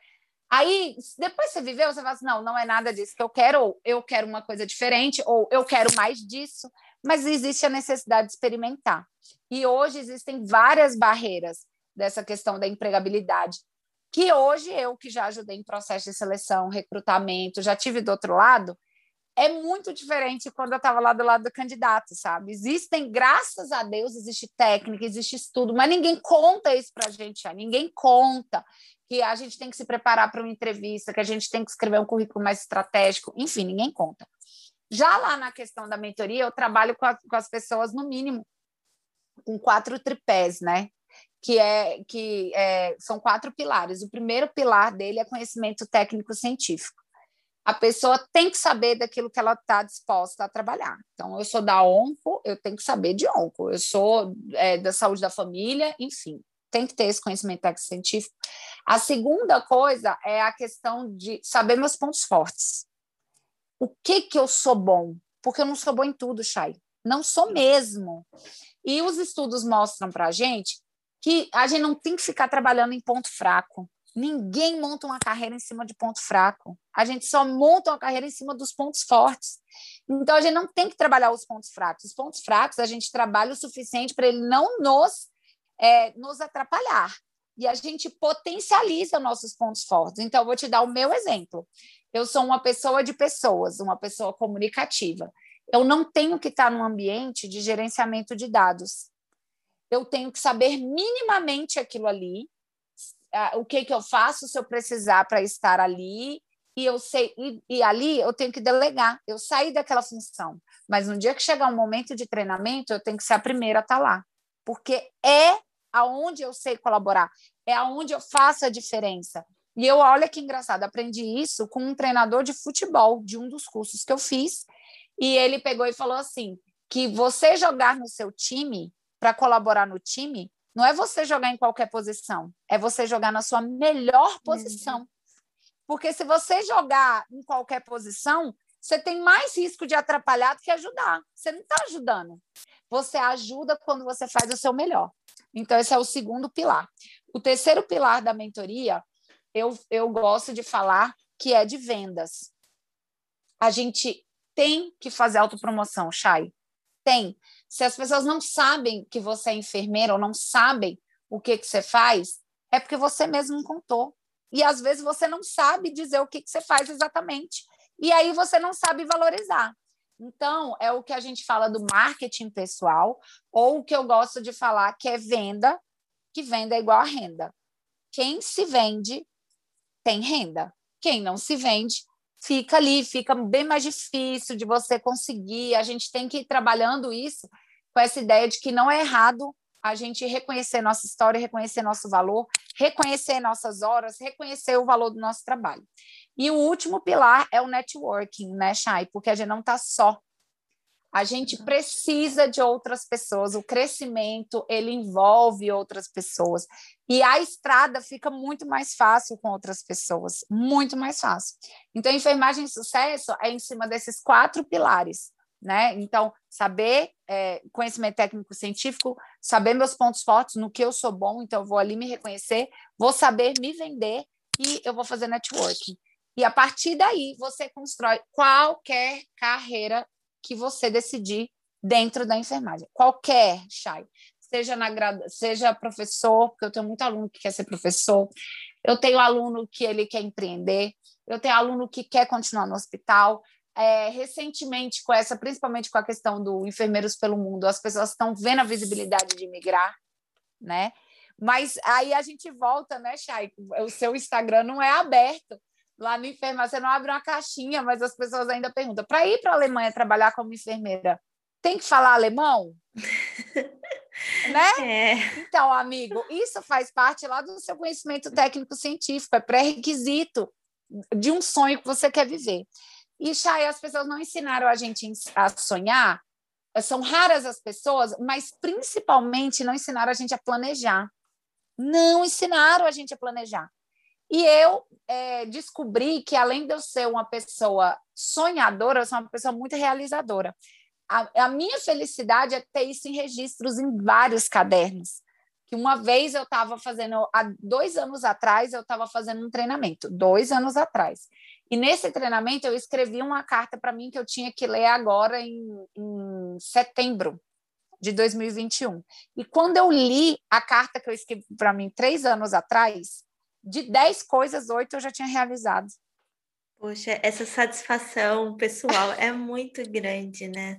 Aí, depois que você viveu, você fala assim, não, não é nada disso que eu quero, ou eu quero uma coisa diferente, ou eu quero mais disso, mas existe a necessidade de experimentar. E hoje existem várias barreiras dessa questão da empregabilidade, que hoje eu, que já ajudei em processo de seleção, recrutamento, já tive do outro lado, é muito diferente quando eu estava lá do lado do candidato, sabe? Existem, graças a Deus, existe técnica, existe estudo, mas ninguém conta isso para a gente, já. Ninguém conta que a gente tem que se preparar para uma entrevista, que a gente tem que escrever um currículo mais estratégico, enfim, ninguém conta. Já lá na questão da mentoria, eu trabalho com, a, com as pessoas, no mínimo, com quatro tripés, né? Que, é, que é, são quatro pilares. O primeiro pilar dele é conhecimento técnico-científico. A pessoa tem que saber daquilo que ela está disposta a trabalhar. Então, eu sou da onco, eu tenho que saber de onco. Eu sou é, da saúde da família, enfim, tem que ter esse conhecimento técnico-científico. A segunda coisa é a questão de saber meus pontos fortes. O que que eu sou bom? Porque eu não sou bom em tudo, Chay. Não sou mesmo. E os estudos mostram para a gente que a gente não tem que ficar trabalhando em ponto fraco. Ninguém monta uma carreira em cima de ponto fraco. A gente só monta uma carreira em cima dos pontos fortes. Então, a gente não tem que trabalhar os pontos fracos. Os pontos fracos, a gente trabalha o suficiente para ele não nos, é, nos atrapalhar. E a gente potencializa nossos pontos fortes. Então, eu vou te dar o meu exemplo. Eu sou uma pessoa de pessoas, uma pessoa comunicativa. Eu não tenho que estar num ambiente de gerenciamento de dados. Eu tenho que saber minimamente aquilo ali, o que, que eu faço se eu precisar para estar ali, e eu sei, e, e ali eu tenho que delegar, eu saí daquela função. Mas no dia que chegar um momento de treinamento, eu tenho que ser a primeira a estar lá, porque é aonde eu sei colaborar, é aonde eu faço a diferença. E eu, olha que engraçado, aprendi isso com um treinador de futebol, de um dos cursos que eu fiz, e ele pegou e falou assim, que você jogar no seu time, para colaborar no time, não é você jogar em qualquer posição, é você jogar na sua melhor posição. Uhum. Porque se você jogar em qualquer posição, você tem mais risco de atrapalhar do que ajudar. Você não está ajudando. Você ajuda quando você faz o seu melhor. Então, esse é o segundo pilar. O terceiro pilar da mentoria, eu, eu gosto de falar que é de vendas. A gente tem que fazer autopromoção, Chay. Tem. Se as pessoas não sabem que você é enfermeira ou não sabem o que, que você faz, é porque você mesmo não contou. E, às vezes, você não sabe dizer o que, que você faz exatamente. E aí você não sabe valorizar. Então, é o que a gente fala do marketing pessoal, ou o que eu gosto de falar, que é venda, que venda é igual a renda. Quem se vende tem renda. Quem não se vende fica ali, fica bem mais difícil de você conseguir. A gente tem que ir trabalhando isso com essa ideia de que não é errado a gente reconhecer nossa história, reconhecer nosso valor, reconhecer nossas horas, reconhecer o valor do nosso trabalho. E o último pilar é o networking, né, Chay? Porque a gente não está só. A gente precisa de outras pessoas. O crescimento, ele envolve outras pessoas. E a estrada fica muito mais fácil com outras pessoas. Muito mais fácil. Então, a enfermagem de sucesso é em cima desses quatro pilares, né? Então, saber é, conhecimento técnico-científico, saber meus pontos fortes, no que eu sou bom, então eu vou ali me reconhecer, vou saber me vender e eu vou fazer networking. E a partir daí, você constrói qualquer carreira que você decidir dentro da enfermagem. Qualquer, Chay. Seja, na gradu... Seja professor, porque eu tenho muito aluno que quer ser professor, eu tenho aluno que ele quer empreender, eu tenho aluno que quer continuar no hospital. É, recentemente, com essa, principalmente com a questão do Enfermeiros pelo Mundo, as pessoas estão vendo a visibilidade de migrar, né? Mas aí a gente volta, né, Chay? O seu Instagram não é aberto. Lá no enfermagem, você não abre uma caixinha, mas as pessoas ainda perguntam: para ir para a Alemanha trabalhar como enfermeira, tem que falar alemão? Né? É. Então, amigo, isso faz parte lá do seu conhecimento técnico-científico, é pré-requisito de um sonho que você quer viver. E, Chay, as pessoas não ensinaram a gente a sonhar, são raras as pessoas, mas principalmente não ensinaram a gente a planejar. Não ensinaram a gente a planejar. E eu é, descobri que, além de eu ser uma pessoa sonhadora, eu sou uma pessoa muito realizadora. A, a minha felicidade é ter isso em registros em vários cadernos. Que uma vez eu estava fazendo, há dois anos atrás, eu estava fazendo um treinamento, dois anos atrás. E nesse treinamento eu escrevi uma carta para mim que eu tinha que ler agora em, em setembro de dois mil e vinte e um. E quando eu li a carta que eu escrevi para mim três anos atrás, de dez coisas, oito eu já tinha realizado. Poxa, essa satisfação pessoal é muito grande, né?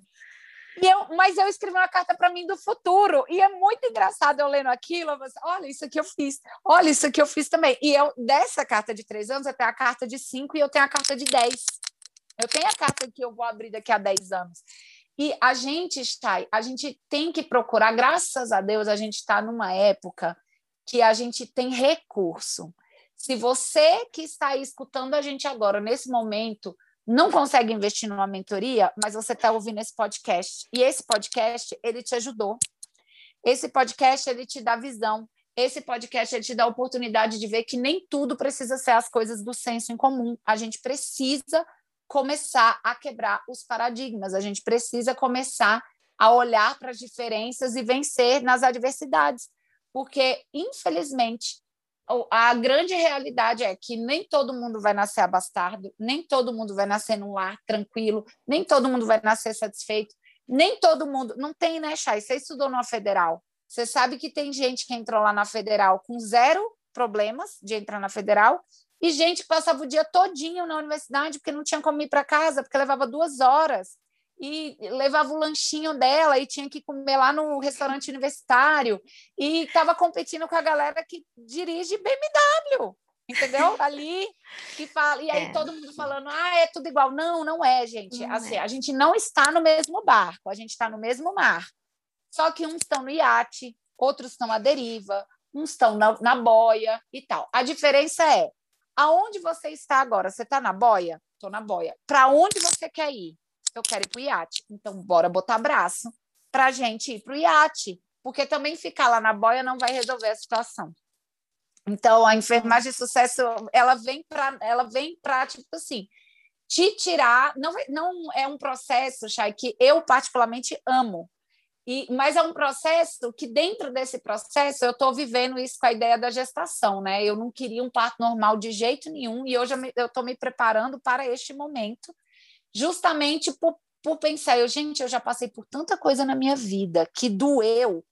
E eu, mas eu escrevi uma carta para mim do futuro, e é muito engraçado eu lendo aquilo, eu assim, olha, isso aqui eu fiz, olha, isso aqui eu fiz também. E eu, dessa carta de três anos, eu tenho a carta de cinco e eu tenho a carta de dez. Eu tenho a carta que eu vou abrir daqui a dez anos. E a gente está, a gente tem que procurar, graças a Deus, a gente está numa época que a gente tem recurso. Se você que está aí escutando a gente agora, nesse momento, não consegue investir numa mentoria, mas você está ouvindo esse podcast, e esse podcast, ele te ajudou. Esse podcast, ele te dá visão. Esse podcast, ele te dá a oportunidade de ver que nem tudo precisa ser as coisas do senso em comum. A gente precisa começar a quebrar os paradigmas, a gente precisa começar a olhar para as diferenças e vencer nas adversidades. Porque, infelizmente, a grande realidade é que nem todo mundo vai nascer abastardo, nem todo mundo vai nascer num lar tranquilo, nem todo mundo vai nascer satisfeito, nem todo mundo... Não tem, né, Chay? Você estudou numa federal. Você sabe que tem gente que entrou lá na federal com zero problemas de entrar na federal e gente que passava o dia todinho na universidade porque não tinha como ir para casa, porque levava duas horas. E levava o lanchinho dela e tinha que comer lá no restaurante universitário e estava competindo com a galera que dirige B M W, entendeu? Ali, que fala, e aí é. Todo mundo falando, ah, é tudo igual. Não, não é, gente. Não assim, é. A gente não está no mesmo barco, a gente está no mesmo mar. Só que uns estão no iate, outros estão à deriva, uns estão na, na boia e tal. A diferença é, aonde você está agora? Você está na boia? Estou na boia. Para onde você quer ir? Eu quero ir para o iate. Então, bora botar braço para a gente ir para o iate, porque também ficar lá na boia não vai resolver a situação. Então, a enfermagem de sucesso, ela vem para, ela vem para, tipo assim, te tirar... Não, não é um processo, Chay, que eu particularmente amo, e, mas é um processo que, dentro desse processo, eu estou vivendo isso com a ideia da gestação, né? Eu não queria um parto normal de jeito nenhum, e hoje eu estou me preparando para este momento, justamente por, por pensar, eu, gente, eu já passei por tanta coisa na minha vida que doeu,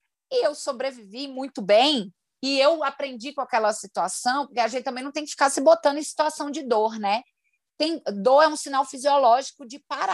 e eu sobrevivi muito bem, e eu aprendi com aquela situação, porque a gente também não tem que ficar se botando em situação de dor, né? Tem, dor é um sinal fisiológico de parar,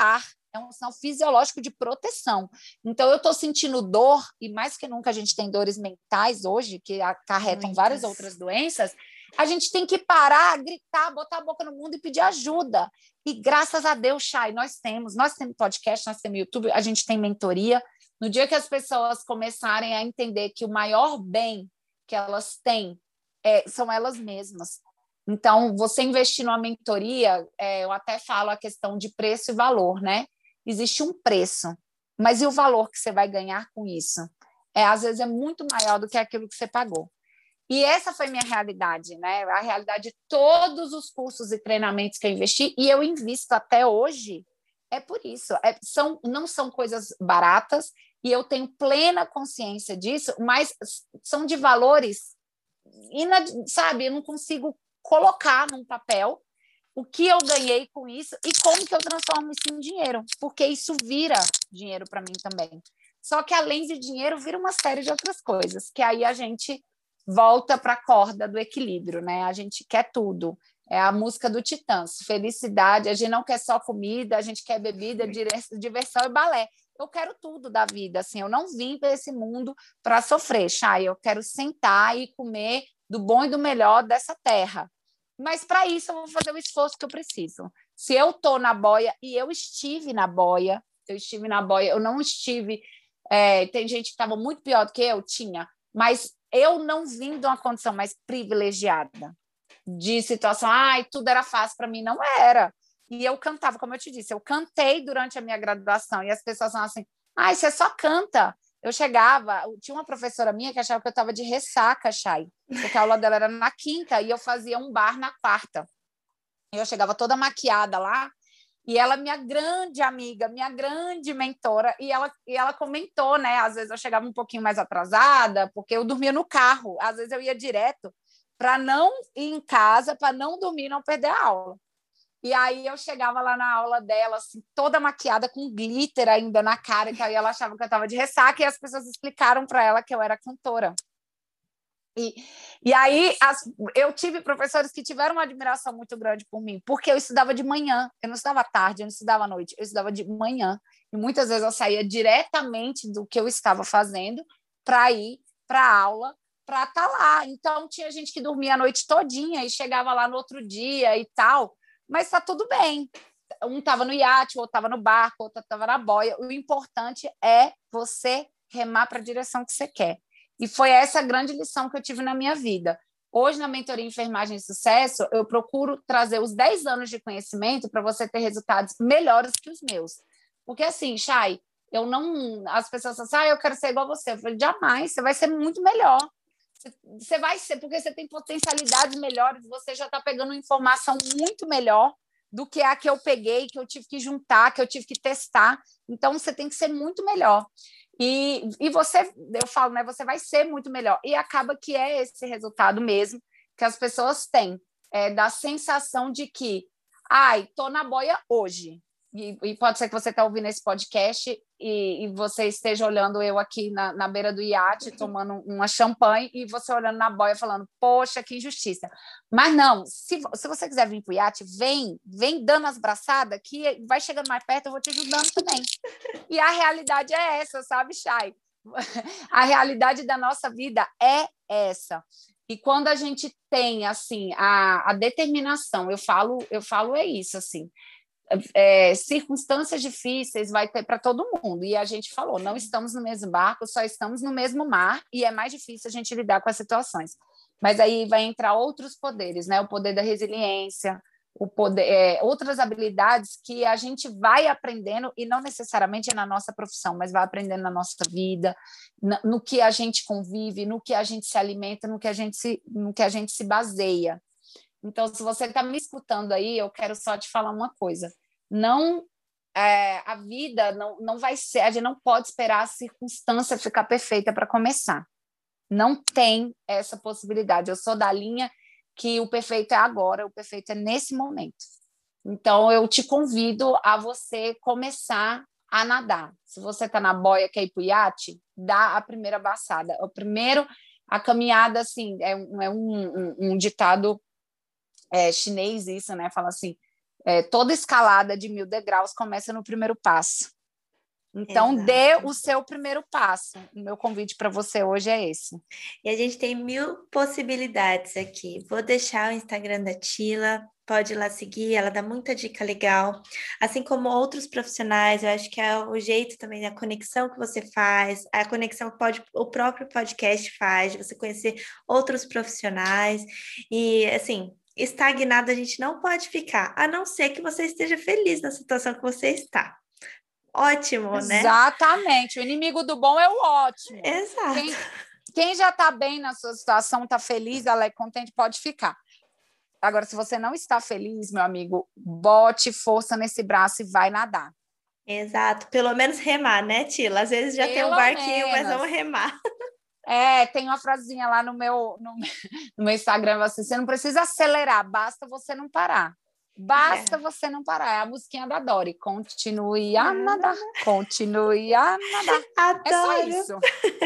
é um sinal fisiológico de proteção. Então, eu estou sentindo dor, e mais que nunca a gente tem dores mentais hoje, que acarretam Muitas. várias outras doenças, a gente tem que parar, gritar, botar a boca no mundo e pedir ajuda. E graças a Deus, Chay, nós temos, nós temos podcast, nós temos YouTube, a gente tem mentoria. No dia que as pessoas começarem a entender que o maior bem que elas têm é, são elas mesmas. Então, você investir numa mentoria, é, eu até falo a questão de preço e valor, né? Existe um preço, mas e o valor que você vai ganhar com isso? É, às vezes é muito maior do que aquilo que você pagou. E essa foi minha realidade, né? A realidade de todos os cursos e treinamentos que eu investi, e eu invisto até hoje, é por isso. É, são, não são coisas baratas, e eu tenho plena consciência disso, mas são de valores, inad... sabe? Eu não consigo colocar num papel o que eu ganhei com isso e como que eu transformo isso em dinheiro, porque isso vira dinheiro para mim também. Só que, além de dinheiro, vira uma série de outras coisas, que aí a gente volta para a corda do equilíbrio, né? A gente quer tudo. É a música do Titãs, felicidade, a gente não quer só comida, a gente quer bebida, diversão e balé. Eu quero tudo da vida, assim, eu não vim para esse mundo para sofrer, Chay, eu quero sentar e comer do bom e do melhor dessa terra. Mas para isso eu vou fazer o esforço que eu preciso. Se eu estou na boia, e eu estive na boia, eu estive na boia, eu não estive... É, tem gente que estava muito pior do que eu, tinha, mas eu não vim de uma condição mais privilegiada, de situação, ai, tudo era fácil para mim, não era. E eu cantava, como eu te disse, eu cantei durante a minha graduação, e as pessoas falavam assim, ai, você só canta. Eu chegava, tinha uma professora minha que achava que eu estava de ressaca, Chay, porque a aula dela era na quinta, e eu fazia um bar na quarta. Eu chegava toda maquiada lá, e ela, minha grande amiga, minha grande mentora, e ela, e ela comentou, né? Às vezes eu chegava um pouquinho mais atrasada, porque eu dormia no carro, às vezes eu ia direto para não ir em casa, para não dormir, não perder a aula. E aí eu chegava lá na aula dela, assim, toda maquiada, com glitter ainda na cara, que aí ela achava que eu estava de ressaca, e as pessoas explicaram para ela que eu era cantora. E, e aí as, eu tive professores que tiveram uma admiração muito grande por mim, porque eu estudava de manhã, eu não estudava à tarde, eu não estudava à noite, eu estudava de manhã. E muitas vezes eu saía diretamente do que eu estava fazendo para ir para a aula, para estar lá. Então, tinha gente que dormia a noite todinha e chegava lá no outro dia e tal, mas está tudo bem. Um estava no iate, outro estava no barco, outro estava na boia. O importante é você remar para a direção que você quer. E foi essa a grande lição que eu tive na minha vida. Hoje, na mentoria Enfermagem e Sucesso, eu procuro trazer os dez anos de conhecimento para você ter resultados melhores que os meus. Porque, assim, Chay, eu não... As pessoas falam assim, ah, eu quero ser igual a você. Eu falei, jamais, você vai ser muito melhor. Você vai ser, porque você tem potencialidades melhores, você já está pegando informação muito melhor do que a que eu peguei, que eu tive que juntar, que eu tive que testar. Então, você tem que ser muito melhor. E, e você, eu falo, né, você vai ser muito melhor. E acaba que é esse resultado mesmo que as pessoas têm, é, da sensação de que, ai, tô na boia hoje. E, e pode ser que você está ouvindo esse podcast e, e você esteja olhando eu aqui na, na beira do iate, tomando uma champanhe, e você olhando na boia falando, poxa, que injustiça. Mas não, se, se você quiser vir para o iate, vem, vem dando as braçadas, que vai chegando mais perto, eu vou te ajudando também. E a realidade é essa, sabe, Chay? A realidade da nossa vida é essa. E quando a gente tem, assim, a, a determinação, eu falo, eu falo é isso, assim, é, circunstâncias difíceis vai ter para todo mundo. E a gente falou, não estamos no mesmo barco, só estamos no mesmo mar, e é mais difícil a gente lidar com as situações. Mas aí vai entrar outros poderes, né? O poder da resiliência, o poder, é, outras habilidades que a gente vai aprendendo, e não necessariamente é na nossa profissão, mas vai aprendendo na nossa vida, no, no que a gente convive, no que a gente se alimenta, no que a gente se, no que a gente se baseia. Então, se você está me escutando aí, eu quero só te falar uma coisa. Não, é, a vida não, não vai ser, a gente não pode esperar a circunstância ficar perfeita para começar. Não tem essa possibilidade. Eu sou da linha que o perfeito é agora, o perfeito é nesse momento. Então, eu te convido a você começar a nadar. Se você está na boia, quer ir para o iate, dá a primeira baçada. O primeiro, a caminhada, assim, é um, é um, um, um ditado... É, chinês isso, né? Fala assim, É, toda escalada de mil degraus começa no primeiro passo. Então, Exato. dê o seu primeiro passo. O meu convite para você hoje é esse. E a gente tem mil possibilidades aqui. Vou deixar o Instagram da Tila, pode ir lá seguir, ela dá muita dica legal. Assim como outros profissionais, eu acho que é o jeito também, a conexão que você faz, a conexão que pode, o próprio podcast faz, de você conhecer outros profissionais. E, assim, estagnado a gente não pode ficar, a não ser que você esteja feliz na situação que você está. Ótimo, né? Exatamente. O inimigo do bom é o ótimo. Exato. Quem, quem já está bem na sua situação, está feliz, alegre, contente, pode ficar. Agora, se você não está feliz, meu amigo, bote força nesse braço e vai nadar. Exato. Pelo menos remar, né, Tila? Às vezes já Pelo tem um barquinho, menos. mas vamos remar. É, tem uma frasinha lá no meu, no, no meu Instagram, assim, você não precisa acelerar, basta você não parar. Basta é. você não parar. É a musiquinha da Dori. Continue a nadar. Continue a nadar. Adoro. É só isso.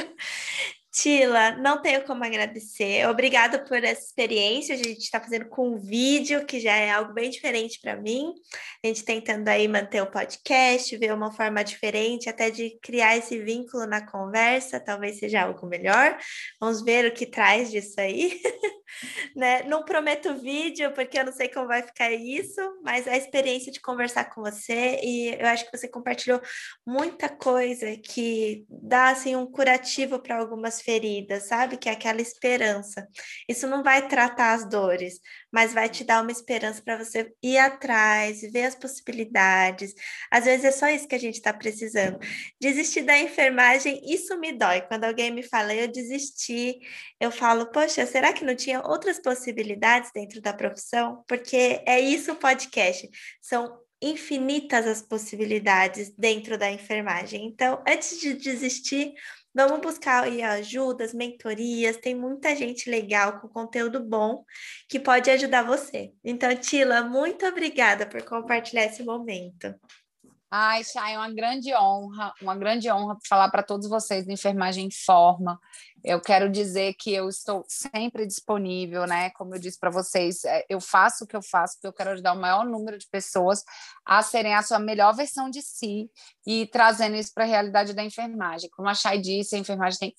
Tila, não tenho como agradecer. Obrigada por essa experiência. A gente está fazendo com um vídeo, que já é algo bem diferente para mim. A gente tentando aí manter o podcast, ver uma forma diferente, até de criar esse vínculo na conversa, talvez seja algo melhor. Vamos ver o que traz disso aí. Né? Não prometo vídeo, porque eu não sei como vai ficar isso, mas a experiência de conversar com você, e eu acho que você compartilhou muita coisa que dá assim um curativo para algumas feridas, sabe? Que é aquela esperança. Isso não vai tratar as dores, mas vai te dar uma esperança para você ir atrás, ver as possibilidades. Às vezes é só isso que a gente está precisando. Desistir da enfermagem, isso me dói. Quando alguém me fala, eu desisti, eu falo, poxa, será que não tinha outras possibilidades dentro da profissão? Porque é isso o podcast. São infinitas as possibilidades dentro da enfermagem. Então, antes de desistir, vamos buscar aí ajudas, mentorias, tem muita gente legal com conteúdo bom que pode ajudar você. Então, Tila, muito obrigada por compartilhar esse momento. Ai, Chay, é uma grande honra, uma grande honra falar para todos vocês da Enfermagem em Forma. Eu quero dizer que eu estou sempre disponível, né? Como eu disse para vocês, eu faço o que eu faço porque eu quero ajudar o maior número de pessoas a serem a sua melhor versão de si e trazendo isso para a realidade da enfermagem. Como a Chay disse, a enfermagem tem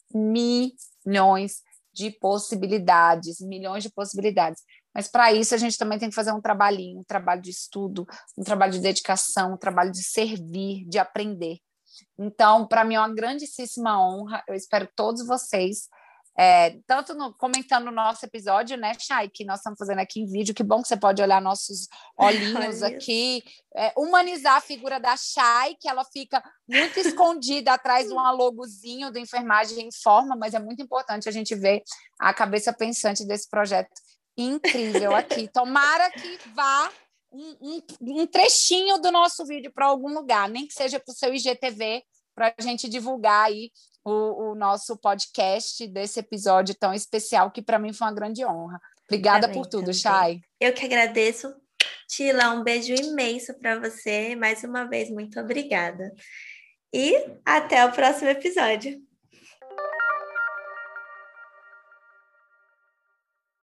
milhões de possibilidades, milhões de possibilidades. Mas para isso a gente também tem que fazer um trabalhinho, um trabalho de estudo, um trabalho de dedicação, um trabalho de servir, de aprender. Então, para mim é uma grandíssima honra. Eu espero todos vocês, é, tanto no, comentando o nosso episódio, né, Chay, que nós estamos fazendo aqui em vídeo. Que bom que você pode olhar nossos olhinhos aqui, é, humanizar a figura da Chay, que ela fica muito escondida atrás de um logozinho da Enfermagem em Forma, mas é muito importante a gente ver a cabeça pensante desse projeto incrível aqui. Tomara que vá um, um, um trechinho do nosso vídeo para algum lugar, nem que seja para o seu I G T V, para a gente divulgar aí o, o nosso podcast desse episódio tão especial, que para mim foi uma grande honra. Obrigada também, por tudo, também. Chay. Eu que agradeço. Tila, um beijo imenso para você. Mais uma vez, muito obrigada. E até o próximo episódio.